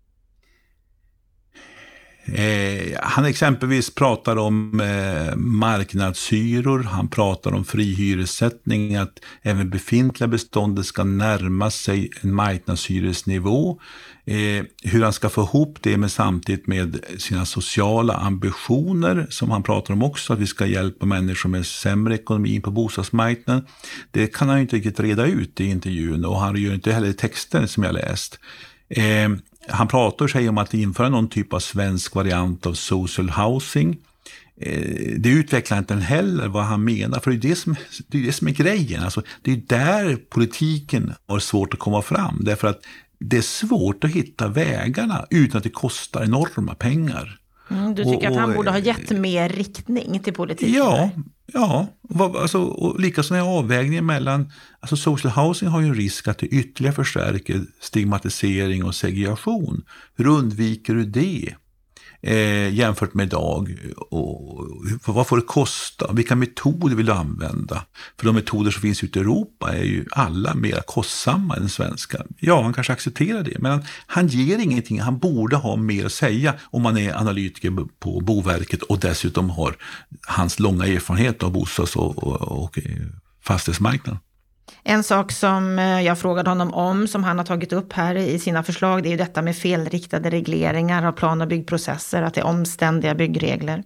Eh, han exempelvis pratar om eh, marknadshyror, han pratar om fri hyressättning, att även befintliga beståndet ska närma sig en marknadshyresnivå. Eh, hur han ska få ihop det med samtidigt med sina sociala ambitioner som han pratar om också, att vi ska hjälpa människor med sämre ekonomi på bostadsmarknaden. Det kan han ju inte riktigt reda ut i intervjun och han gör inte heller i texten som jag läst. Eh, Han pratar sig om att införa någon typ av svensk variant av social housing. eh, det utvecklar inte heller vad han menar, för det är det som, det är, det som är grejen. Alltså, det är där politiken har svårt att komma fram, därför att det är svårt att hitta vägarna utan att det kostar enorma pengar.
Mm, du tycker och, och, att han borde ha gett mer riktning till politiken?
Ja, ja. Alltså, och likaså den här avvägningen mellan, alltså social housing har ju en risk att det ytterligare förstärker stigmatisering och segregation. Hur undviker du det? Eh, jämfört med idag, och vad får det kosta, vilka metoder vill du använda, för de metoder som finns ute i Europa är ju alla mer kostsamma än svenska. Ja, han kanske accepterar det, men han, han ger ingenting. Han borde ha mer att säga om man är analytiker på Boverket och dessutom har hans långa erfarenhet av bostads- och, och, och fastighetsmarknaden.
En sak som jag frågade honom om, som han har tagit upp här i sina förslag, det är ju detta med felriktade regleringar av plan- och byggprocesser, att det är omständiga byggregler.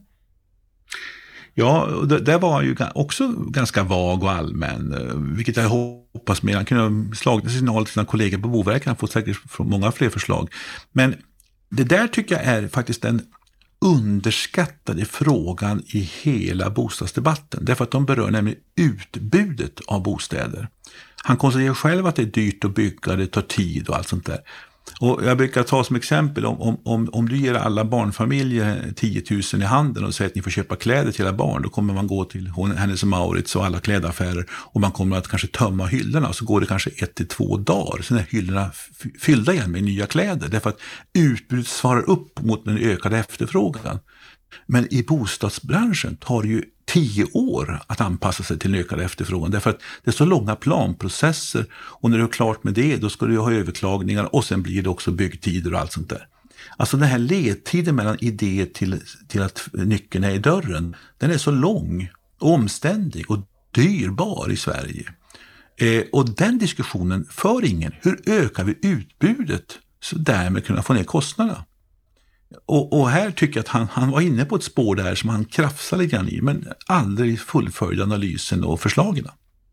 Ja, det, det var ju också ganska vag och allmän, vilket jag hoppas med. Han kunde ha slagit signal till sina kollegor på Boverket, han får säkert många fler förslag. Men det där tycker jag är faktiskt den underskattade frågan i hela bostadsdebatten, därför att de berör nämligen utbudet av bostäder. Han konstaterar själv att det är dyrt att bygga, det tar tid och allt sånt där. Och jag brukar ta som exempel, om, om, om du ger alla barnfamiljer tio tusen i handen och säger att ni får köpa kläder till era barn, då kommer man gå till Hennes och Mauritz och alla klädaffärer och man kommer att kanske tömma hyllorna, och så går det kanske ett till två dagar, sen är hyllorna fyllda igen med nya kläder, därför att utbudet svarar upp mot den ökade efterfrågan. Men i bostadsbranschen tar det ju tio år att anpassa sig till ökad efterfrågan, därför att det är så långa planprocesser, och när du är klart med det då ska du ha överklagningar och sen blir det också byggtider och allt sånt där. Alltså den här ledtiden mellan idé till, till att nyckeln är i dörren, den är så lång och omständig och dyrbar i Sverige. Eh, och den diskussionen för ingen. Hur ökar vi utbudet så därmed kunna få ner kostnaderna? Och, och här tycker jag att han, han var inne på ett spår där som han krafsade lite grann i, men aldrig fullföljde analysen och förslagen.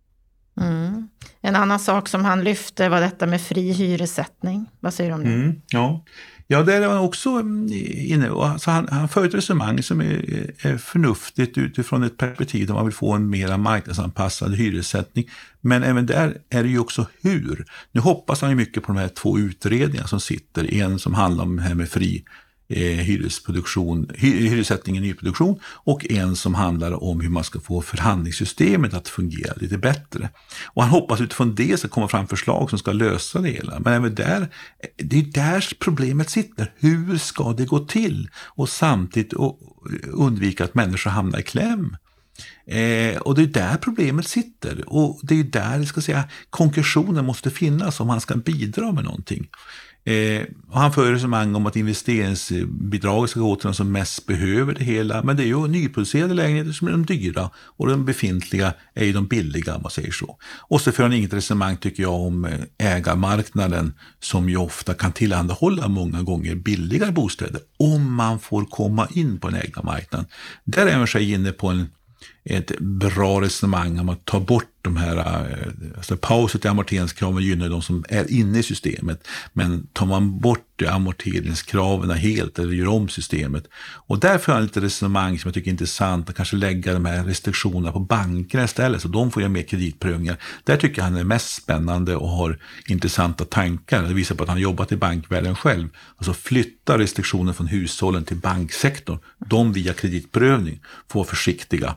Mm. En annan sak som han lyfte var detta med fri hyressättning. Vad säger du om det?
Mm, ja. ja, det är han också inne. Alltså han, han för ett resonemang som är, är förnuftigt utifrån ett perspektiv där man vill få en mer marknadsanpassad hyressättning. Men även där är det ju också hur. Nu hoppas han ju mycket på de här två utredningarna som sitter. En som handlar om det här med fri Eh, hyresproduktion, hy, hyressättning i nyproduktion, och en som handlar om hur man ska få förhandlingssystemet att fungera lite bättre. Och han hoppas utifrån det ska komma fram förslag som ska lösa det hela. Men även där, det är där problemet sitter. Hur ska det gå till? Och samtidigt undvika att människor hamnar i kläm. Eh, och det är där problemet sitter. Och det är där, jag ska säga, konkretionen måste finnas om han ska bidra med någonting. Eh, och han för resonemang om att investeringsbidraget ska gå till de som mest behöver det hela, men det är ju nyproducerade lägenheter som är de dyra och de befintliga är ju de billiga, om man säger så. Och så för han inget resonemang, tycker jag, om ägarmarknaden som ju ofta kan tillhandahålla många gånger billigare bostäder om man får komma in på en ägarmarknad. Där är man sig inne på en ett bra resonemang om att ta bort de här, alltså pauset i amorteringskraven gynnar de som är inne i systemet, men tar man bort amorteringskraven helt eller gör om systemet, och därför har jag lite resonemang som jag tycker är intressant, att kanske lägga de här restriktionerna på bankerna istället så de får göra mer kreditprövningar. Där tycker jag han är mest spännande och har intressanta tankar. Det visar på att han har jobbat i bankvärlden själv, alltså flytta restriktioner från hushållen till banksektorn, de via kreditprövning får vara försiktiga.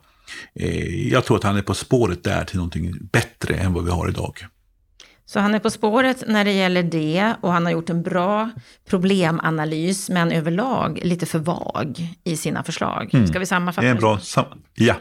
Jag tror att han är på spåret där till någonting bättre än vad vi har idag.
Så han är på spåret när det gäller det, och han har gjort en bra problemanalys, men överlag lite för vag i sina förslag. Mm. Ska vi sammanfatta?
Det är en bra sam- ja.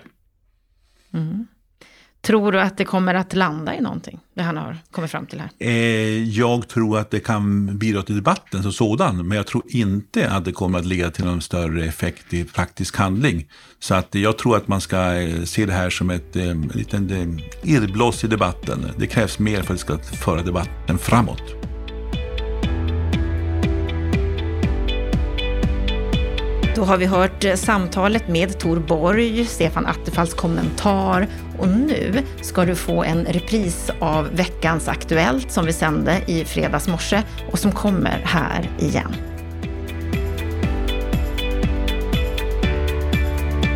Mm. Tror du att det kommer att landa i någonting, det han har kommit fram till här?
Eh, jag tror att det kan bidra till debatten som sådan, men jag tror inte att det kommer att leda till någon större effekt i praktisk handling. Så att jag tror att man ska se det här som ett eh, liten eh, irrbloss i debatten. Det krävs mer för att det ska föra debatten framåt.
Då har vi hört samtalet med Tor Borg, Stefan Attefalls kommentar, och nu ska du få en repris av veckans Aktuellt som vi sände i fredags morse och som kommer här igen.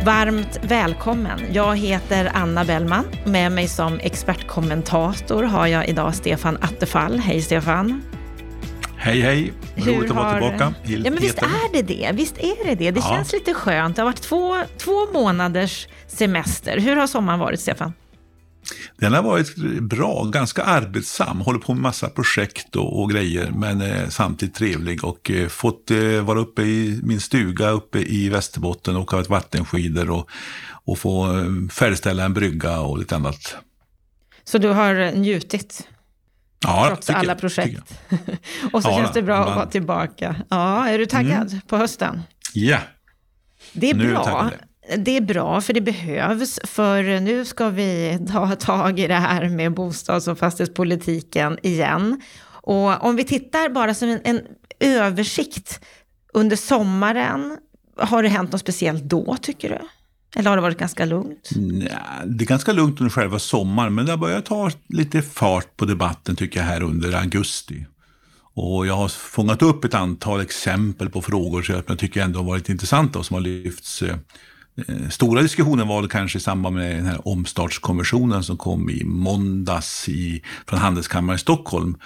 Varmt välkommen. Jag heter Anna Bellman. Med mig som expertkommentator har jag idag Stefan Attefall. Hej Stefan.
Hej hej, roligt att vara
har...
tillbaka.
Ja, men visst är det det, visst är det det. Det ja. känns lite skönt. Det har varit två, två månaders semester. Hur har sommaren varit, Stefan?
Den har varit bra, ganska arbetsam. Håller på med massa projekt och, och grejer, men eh, samtidigt trevlig. Och eh, fått eh, vara uppe i min stuga uppe i Västerbotten och ha ett vattenskidor och, och få eh, färdigställa en brygga och lite annat.
Så du har njutit?
Ja,
trots alla
jag,
projekt. Och så
ja,
känns det bra
man...
att vara tillbaka. Ja, är du taggad mm. på hösten?
Ja.
Det är
nu
bra.
Är
det är bra, för det behövs. För nu ska vi ta tag i det här med bostads- och fastighetspolitiken igen. Och om vi tittar bara som en, en översikt under sommaren, har det hänt något speciellt då, tycker du? Eller har det varit ganska lugnt?
Nej, det är ganska lugnt under själva sommaren, men det har börjat ta lite fart på debatten tycker jag här under augusti. Och jag har fångat upp ett antal exempel på frågor som jag tycker ändå har varit intressanta och som har lyfts. Stora diskussioner var det kanske i samband med den här omstartskonventionen som kom i måndags i, från Handelskammaren i Stockholm.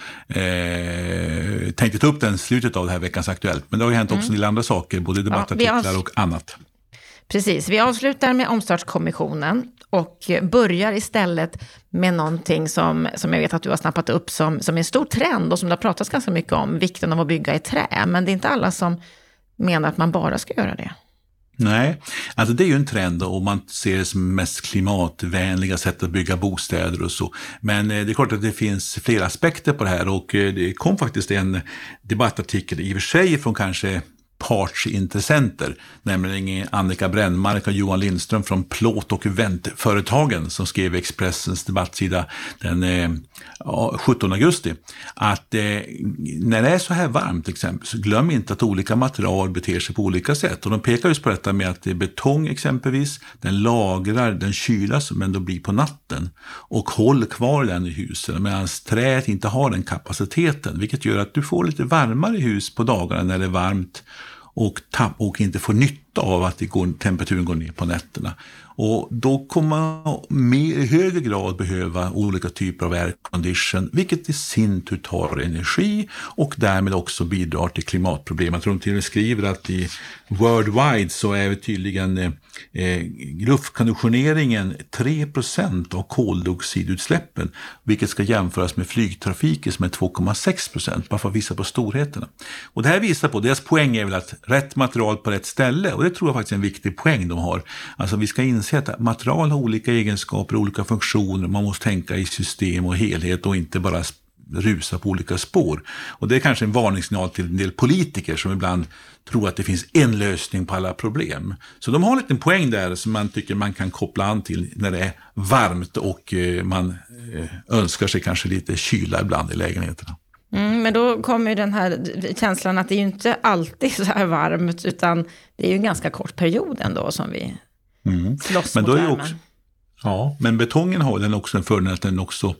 Eh, tänkte ta upp den slutet av det här veckans Aktuellt, men det har ju hänt också mm. en del andra saker, både debattartiklar ja, och annat.
Precis, vi avslutar med omstartskommissionen och börjar istället med någonting som, som jag vet att du har snappat upp som, som är en stor trend och som det har pratats ganska mycket om, vikten av att bygga i trä. Men det är inte alla som menar att man bara ska göra det.
Nej, alltså det är ju en trend och man ser det som mest klimatvänliga sätt att bygga bostäder och så. Men det är klart att det finns flera aspekter på det här och det kom faktiskt en debattartikel i och för sig från kanske partsintressenter, nämligen Annika Brännmark och Johan Lindström från Plåt- och Eventföretagen som skrev i Expressens debattsida den eh, sjuttonde augusti att eh, när det är så här varmt till exempel så glöm inte att olika material beter sig på olika sätt och de pekar just på detta med att betong exempelvis, den lagrar den kyla som ändå blir på natten och håller kvar den i husen medan träet inte har den kapaciteten, vilket gör att du får lite varmare hus på dagarna när det är varmt och, tapp, och inte får nytta av att det går, temperaturen går ner på nätterna. Och då kommer man med, i högre grad behöva olika typer av aircondition, vilket i sin tur tar energi och därmed också bidrar till klimatproblem. Jag tror de till och med skriver att i worldwide så är tydligen eh, luftkonditioneringen tre procent av koldioxidutsläppen, vilket ska jämföras med flygtrafiken som är två komma sex procent, bara för att visa på storheterna. Och det här visar på, deras poäng är väl att rätt material på rätt ställe, och det tror jag faktiskt är en viktig poäng de har. Alltså vi ska inse att material har olika egenskaper, olika funktioner, man måste tänka i system och helhet och inte bara rusa på olika spår. Och det är kanske en varningssignal till en del politiker som ibland tror att det finns en lösning på alla problem. Så de har en liten poäng där som man tycker man kan koppla an till när det är varmt och man önskar sig kanske lite kyla ibland i lägenheterna.
Mm, men då kommer ju den här känslan att det är ju inte alltid så här varmt utan det är ju en ganska kort period ändå som vi mm. slåss
men
mot
då är
värmen.
Också, ja, men betongen har den också en fördel att den också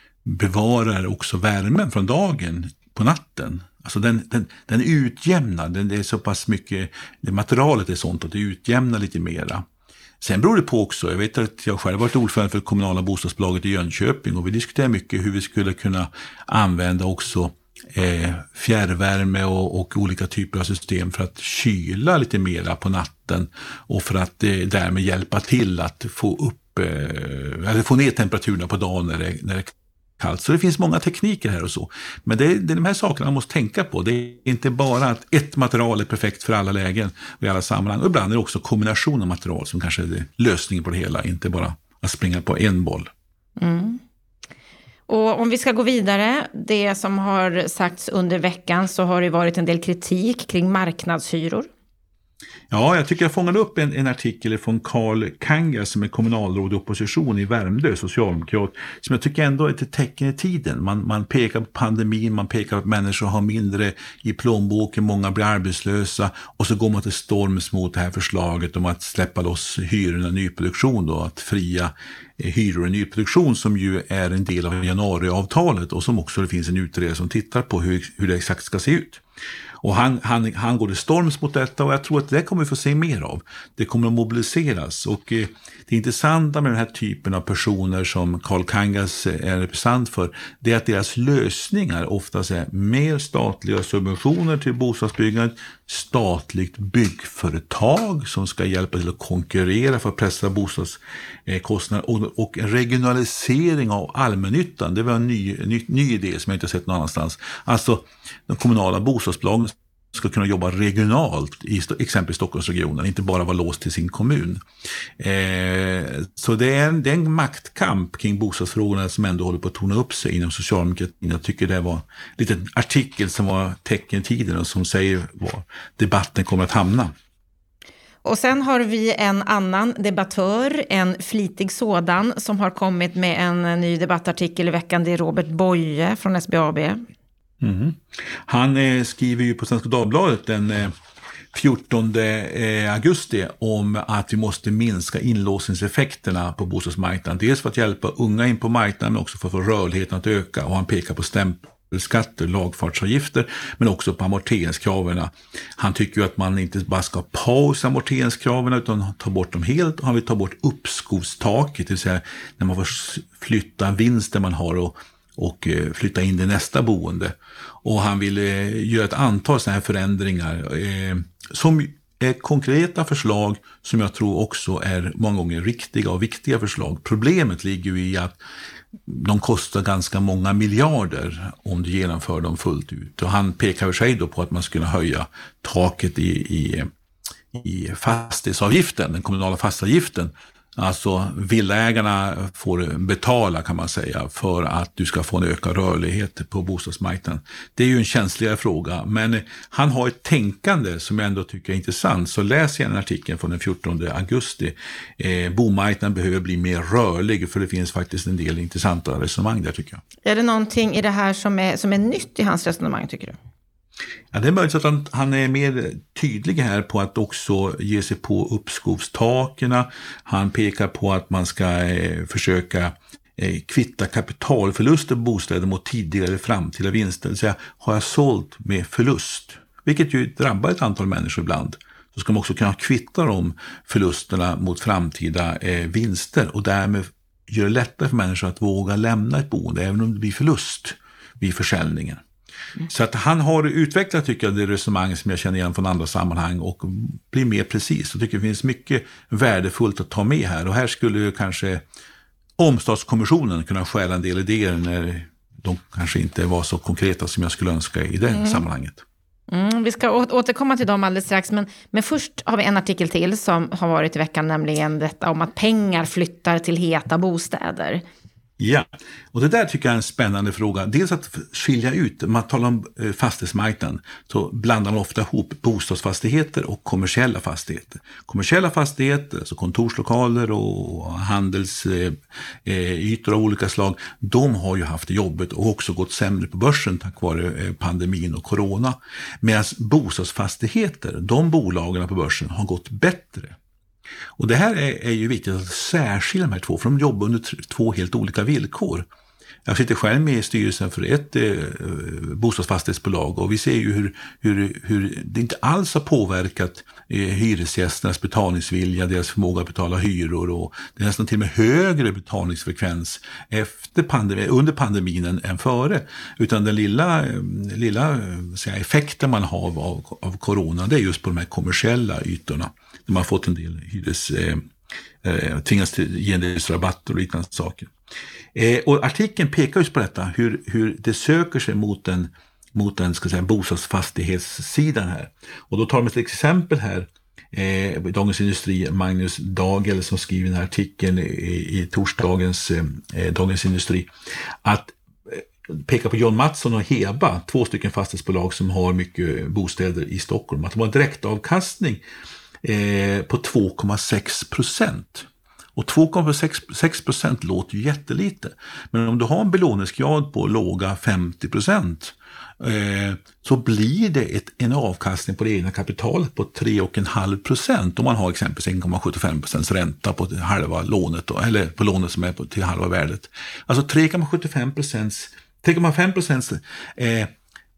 bevarar också värmen från dagen på natten. Alltså den, den, den utjämnar, den, det är så pass mycket, det materialet är sånt att det utjämnar lite mera. Sen beror det på också, jag vet att jag själv varit ordförande för det kommunala bostadsbolaget i Jönköping och vi diskuterar mycket hur vi skulle kunna använda också eh, fjärrvärme och, och olika typer av system för att kyla lite mera på natten och för att eh, därmed hjälpa till att få upp eh, eller få ner temperaturerna på dagen när det, när det är kallt. Så det finns många tekniker här och så. Men det är, det är de här sakerna man måste tänka på. Det är inte bara att ett material är perfekt för alla lägen och i alla sammanhang. Och ibland är det också kombination av material som kanske är lösningen på det hela. Inte bara att springa på en boll.
Mm. Och om vi ska gå vidare, det som har sagts under veckan så har det varit en del kritik kring marknadshyror.
Ja, jag tycker jag fångade upp en, en artikel från Carl Kanga som är kommunalråd i opposition i Värmdö, socialdemokrat, som jag tycker ändå är ett tecken i tiden. Man, man pekar på pandemin, man pekar på att människor har mindre i plånboken, många blir arbetslösa och så går man till storms mot det här förslaget om att släppa loss hyrorna i nyproduktion då, att fria hyror i nyproduktion som ju är en del av januariavtalet och som också det finns en utredare som tittar på hur, hur det exakt ska se ut. Och han, han, han går i storms mot detta, och jag tror att det kommer vi få se mer av. Det kommer att mobiliseras, och eh, det intressanta med den här typen av personer som Carl Kangas är representant för, det är att deras lösningar oftast är mer statliga subventioner till bostadsbyggandet, statligt byggföretag som ska hjälpa till att konkurrera för att pressa bostadskostnader, och, och en regionalisering av allmännyttan. Det var en ny, ny, ny idé som jag inte sett någon annanstans. Alltså de kommunala bostadsbolagen ska kunna jobba regionalt i exempelvis Stockholmsregionen, inte bara vara låst till sin kommun. Eh, så det är, en, det är en maktkamp kring bostadsfrågorna som ändå håller på att torna upp sig inom socialdemokratin. Jag tycker det var en liten artikel som var tecken i tiden och som säger var debatten kommer att hamna.
Och sen har vi en annan debattör, en flitig sådan, som har kommit med en ny debattartikel i veckan. Det är Robert Boye från S B A B.
Mm. Han eh, skriver ju på Svenska Dagbladet den eh, fjortonde eh, augusti om att vi måste minska inlåsningseffekterna på bostadsmarknaden. Dels för att hjälpa unga in på marknaden, men också för att få rörligheten att öka. Och han pekar på stämpelskatter, lagfartsavgifter, men också på amorteringskraven. Han tycker ju att man inte bara ska pausa amorteringskraven utan ta bort dem helt. Och han vill ta bort uppskovstaket, det vill säga när man får flytta vinsten man har och och flytta in i nästa boende. Och han vill eh, göra ett antal sådana här förändringar eh, som är konkreta förslag som jag tror också är många gånger riktiga och viktiga förslag. Problemet ligger ju i att de kostar ganska många miljarder om du genomför dem fullt ut. Och han pekar för sig då på att man skulle höja taket i, i, i fastighetsavgiften, den kommunala fastighetsavgiften. Alltså villaägarna får betala, kan man säga, för att du ska få en ökad rörlighet på bostadsmarknaden. Det är ju en känsligare fråga, men han har ett tänkande som jag ändå tycker är intressant. Så läs gärna artikeln från den fjortonde augusti. Eh, bomarknaden behöver bli mer rörlig, för det finns faktiskt en del intressanta resonemang där, tycker jag.
Är det någonting i det här som är, som är nytt i hans resonemang, tycker du?
Ja, det är möjligt att han, han är mer tydlig här på att också ge sig på uppskovstakerna. Han pekar på att man ska eh, försöka eh, kvitta kapitalförluster på bostäder mot tidigare framtida vinster. Det vill säga, har jag sålt med förlust, vilket ju drabbar ett antal människor ibland, så ska man också kunna kvitta de förlusterna mot framtida eh, vinster, och därmed göra det lättare för människor att våga lämna ett boende även om det blir förlust vid försäljningen. Så att han har utvecklat, tycker jag, det resonemang som jag känner igen från andra sammanhang och blir mer precis. Jag tycker det finns mycket värdefullt att ta med här. Och här skulle ju kanske omstadskommissionen kunna stjäla en del idéer när de kanske inte var så konkreta som jag skulle önska i det mm. sammanhanget.
Mm, vi ska å- återkomma till dem alldeles strax, men, men först har vi en artikel till som har varit i veckan, nämligen detta om att pengar flyttar till heta bostäder.
Ja, och det där tycker jag är en spännande fråga. Dels att skilja ut, man talar om fastighetsmarknaden, så blandar man ofta ihop bostadsfastigheter och kommersiella fastigheter. Kommersiella fastigheter, alltså kontorslokaler och handelsytor av olika slag, de har ju haft jobbet och också gått sämre på börsen tack vare pandemin och corona. Medan bostadsfastigheter, de bolagen på börsen har gått bättre. Och det här är, är ju viktigt att särskilja de här två, för de jobbar under t- två helt olika villkor. Jag sitter själv med i styrelsen för ett eh, bostadsfastighetsbolag, och vi ser ju hur, hur, hur det inte alls har påverkat eh, hyresgästernas betalningsvilja, deras förmåga att betala hyror, och det är nästan till och med högre betalningsfrekvens efter pandemi, under pandemin än, än före. Utan den lilla, lilla säga, effekten man har av, av corona, det är just på de här kommersiella ytorna. Där man har fått en del hyres, eh, eh, tvingas till ge en del rabatter och liknande saker. Eh, och artikeln pekar just på detta, hur, hur det söker sig mot en, mot en ska säga, bostadsfastighetssidan här. Och då tar de ett exempel här, eh, Dagens Industri, Magnus Dagel som skriver den här artikeln i, i torsdagens eh, Dagens Industri, att eh, peka på John Mattsson och Heba, två stycken fastighetsbolag som har mycket bostäder i Stockholm, att de har direktavkastning eh, på två komma sex procent. Och två komma sex procent låter ju jättelite. Men om du har en belåningsgrad på låga femtio procent eh, så blir det ett, en avkastning på det egna kapitalet på tre komma fem procent. Om man har exempelvis en komma sjuttiofem procent ränta på halva lånet då, eller på lånet som är på, till halva värdet. Alltså tre komma sjuttiofem procent, tre komma fem procent eh,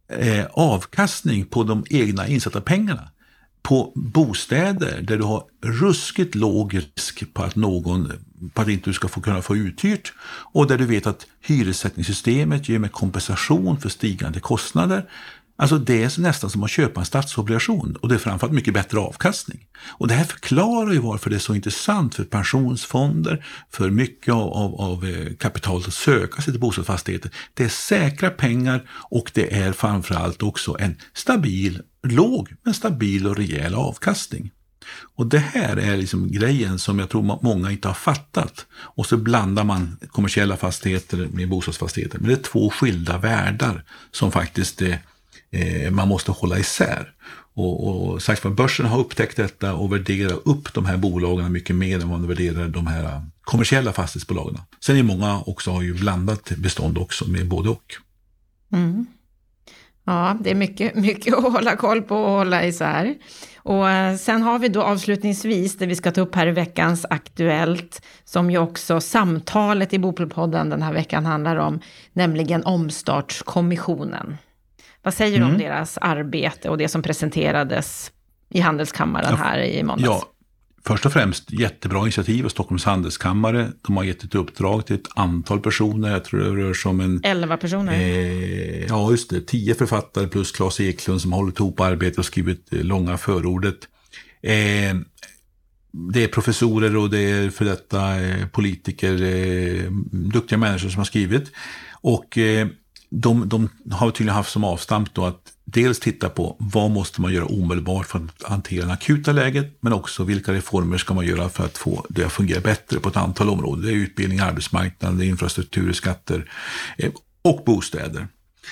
eh, avkastning på de egna insatta pengarna. På bostäder där du har ruskigt låg risk på att någon på att inte du ska få kunna få uthyrt, och där du vet att hyressättningssystemet ger med kompensation för stigande kostnader. Alltså det är nästan som att köpa en statsobligation, och det är framförallt mycket bättre avkastning. Och det här förklarar ju varför det är så intressant för pensionsfonder, för mycket av, av, av kapital att söka sig till bostadsfastigheter. Det är säkra pengar, och det är framförallt också en stabil, låg men stabil och rejäl avkastning. Och det här är liksom grejen som jag tror många inte har fattat. Och så blandar man kommersiella fastigheter med bostadsfastigheter. Men det är två skilda världar som faktiskt är Eh, man måste hålla isär. Och, och sagt för börsen har upptäckt detta och värderar upp de här bolagen mycket mer än vad man värderar de här kommersiella fastighetsbolagen. Sen är många också har ju blandat bestånd också med både och.
Mm. Ja, det är mycket, mycket att hålla koll på och hålla isär. Och sen har vi då avslutningsvis det vi ska ta upp här i veckans Aktuellt, som ju också samtalet i Bopelpodden den här veckan handlar om, nämligen Omstartskommissionen. Vad säger du mm. om deras arbete och det som presenterades i Handelskammaren ja, här i måndags? Ja,
först och främst jättebra initiativ av Stockholms Handelskammare. De har gett ett uppdrag till ett antal personer. Jag tror det rör sig om en...
elva personer.
Eh, ja, just det. Tio författare plus Claes Eklund som har hållit ihop arbetet och skrivit långa förordet. Eh, det är professorer och det är för detta eh, politiker, eh, duktiga människor som har skrivit. Och... Eh, De, de har tydligen haft som avstamp då att dels titta på vad måste man göra omedelbart för att hantera det akuta läget, men också vilka reformer ska man göra för att få det att fungera bättre på ett antal områden. Det är utbildning, arbetsmarknad, infrastruktur, skatter eh, och bostäder.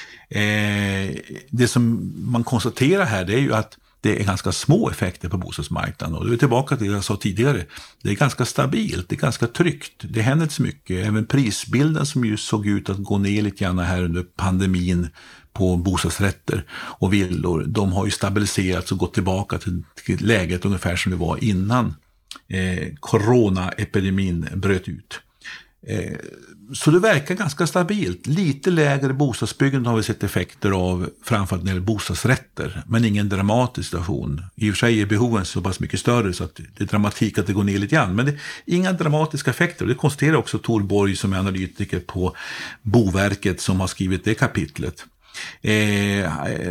Eh, det som man konstaterar här, det är ju att det är ganska små effekter på bostadsmarknaden, och det är tillbaka till det jag sa tidigare. Det är ganska stabilt, det är ganska tryggt, det händer inte så mycket. Även prisbilden som ju såg ut att gå ner lite grann här under pandemin på bostadsrätter och villor, de har ju stabiliserats och gått tillbaka till läget ungefär som det var innan eh, coronaepidemin bröt ut. Eh, så det verkar ganska stabilt. Lite lägre bostadsbyggande har vi sett effekter av, framförallt när det gäller bostadsrätter, men ingen dramatisk situation. I och för sig är behoven så pass mycket större så att det är dramatik att det går ner lite grann, men det är inga dramatiska effekter. Det konstaterar också Tor Borg som är analytiker på Boverket som har skrivit det kapitlet. Eh,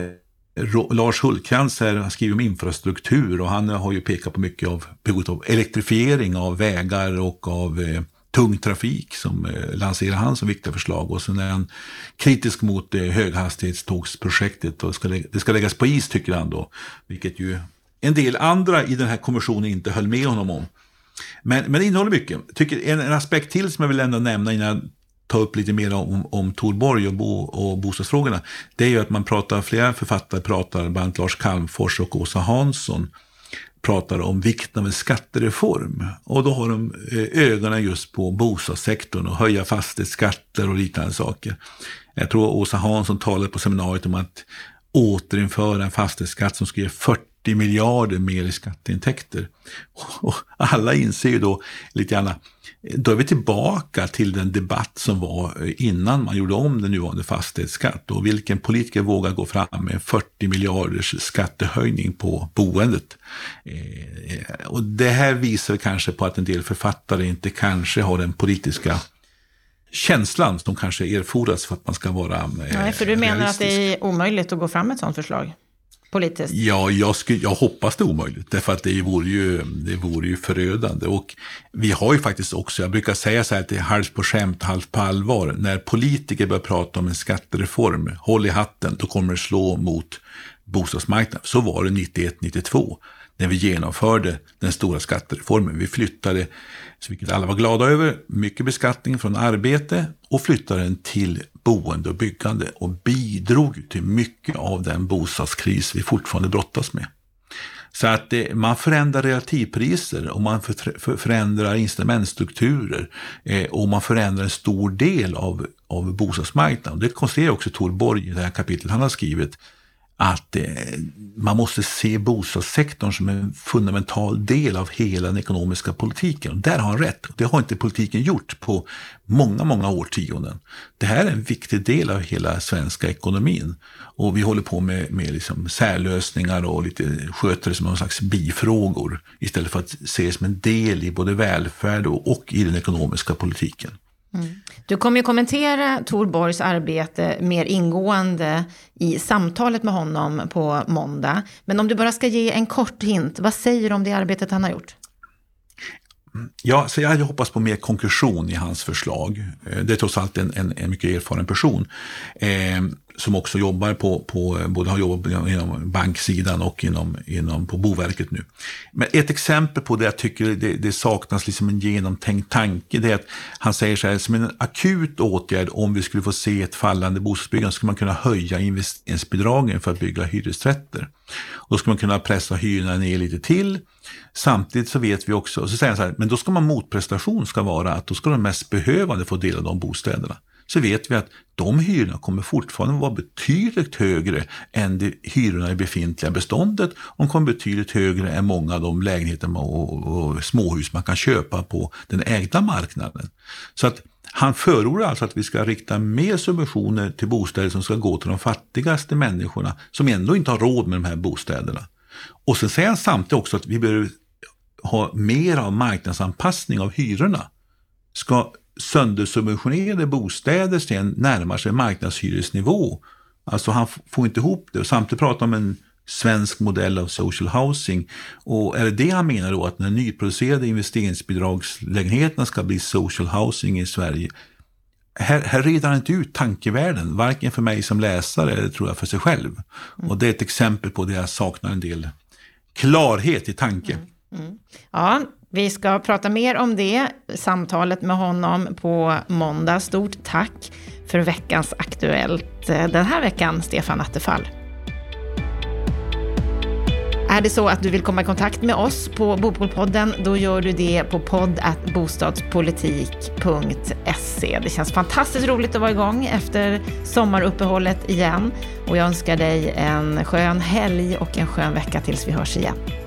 Lars Hultkrantz här har skrivit om infrastruktur, och han har ju pekat på mycket av behovet av elektrifiering av vägar och av eh, tung trafik som eh, lanserar han som viktiga förslag, och sen är han kritisk mot eh, höghastighetstågsprojektet och ska lä- det ska läggas på is, tycker han då, vilket ju en del andra i den här kommissionen inte höll med honom om. Men, men det innehåller mycket. Tycker en, en aspekt till som jag vill ändå nämna innan jag tar upp lite mer om, om Tor Borg och, bo, och bostadsfrågorna, det är ju att man pratar, flera författare pratar, bland annat Lars Calmfors och Åsa Hansson pratar om vikten av en skattereform, och då har de ögonen just på bostadssektorn och höja fastighetsskatter och liknande saker. Jag tror Åsa Hansson talade på seminariet om att återinföra en fastighetsskatt som ska ge fyrtio miljarder mer i skatteintäkter. Och alla inser ju då lite grann, då är vi tillbaka till den debatt som var innan man gjorde om den nuvarande fastighetsskatt, och vilken politiker vågar gå fram med fyrtio miljarders skattehöjning på boendet. Eh, och det här visar kanske på att en del författare inte kanske har den politiska känslan som kanske erfordras för att man ska vara eh,
Nej, för du menar att det är omöjligt att gå fram med ett sådant förslag? Politiskt.
Ja, jag, skulle, jag hoppas det är omöjligt, därför att det vore, ju, det vore ju förödande. Och vi har ju faktiskt också, jag brukar säga så här att det är halvt på skämt, halvt på allvar. När politiker börjar prata om en skattereform, håll i hatten, då kommer det slå mot bostadsmarknaden. Så var det nittioett nittiotvå när vi genomförde den stora skattereformen. Vi flyttade, så vilket alla var glada över, mycket beskattning från arbete och flyttade den till boende och byggande, och bidrog till mycket av den bostadskris vi fortfarande brottas med. Så att det, man förändrar relativpriser och man för, för, förändrar incitamentstrukturer eh, och man förändrar en stor del av, av bostadsmarknaden. Det konstaterar också Tor Borg i det här kapitlet han har skrivit, att eh, man måste se bostadssektorn som en fundamental del av hela den ekonomiska politiken. Och där har han rätt. Det har inte politiken gjort på många, många årtionden. Det här är en viktig del av hela svenska ekonomin. Och vi håller på med, med liksom särlösningar och lite sköter det som någon slags bifrågor istället för att se det som en del i både välfärd och, och i den ekonomiska politiken.
Mm. Du kommer ju kommentera Tor Borgs arbete mer ingående i samtalet med honom på måndag. Men om du bara ska ge en kort hint, vad säger du om det arbetet han har gjort?
Ja, så jag hade hoppats på mer konkretion i hans förslag. Det är trots allt en, en, en mycket erfaren person eh, som också jobbar på, på, både har jobbat inom banksidan och inom, inom på Boverket nu. Men ett exempel på det jag tycker det, det saknas liksom en genomtänkt tanke, det är att han säger så här, som en akut åtgärd om vi skulle få se ett fallande bostadsbyggande skulle man kunna höja investeringsbidragen för att bygga hyresrätter. Och då ska man kunna pressa hyrorna ner lite till. Samtidigt så vet vi också, så säger han så här, men då ska man motprestation ska vara att då ska de mest behövande få dela de bostäderna. Så vet vi att de hyrorna kommer fortfarande vara betydligt högre än de hyrorna i befintliga beståndet och kommer betydligt högre än många av de lägenheter och, och småhus man kan köpa på den ägda marknaden. Så att han förordar alltså att vi ska rikta mer subventioner till bostäder som ska gå till de fattigaste människorna som ändå inte har råd med de här bostäderna. Och så säger han samtidigt också att vi behöver ha mer av marknadsanpassning av hyrorna. Ska söndersubventionerade bostäder sen närmar sig marknadshyresnivå. Alltså han får inte ihop det. Och samtidigt pratar om en svensk modell av social housing. Och är det det han menar då, att när nyproducerade investeringsbidragslägenheterna ska bli social housing i Sverige? Här, här redar han inte ut tankevärlden, varken för mig som läsare eller tror jag för sig själv. Mm. Och det är ett exempel på det jag saknar en del klarhet i tanke.
Mm. Mm. Ja, vi ska prata mer om det, samtalet med honom på måndag. Stort tack för veckans Aktuellt den här veckan, Stefan Attefall. Är det så att du vill komma i kontakt med oss på Bopolpodden, då gör du det på podd at bostadspolitik punkt se. Det känns fantastiskt roligt att vara igång efter sommaruppehållet igen. Och jag önskar dig en skön helg och en skön vecka tills vi hörs igen.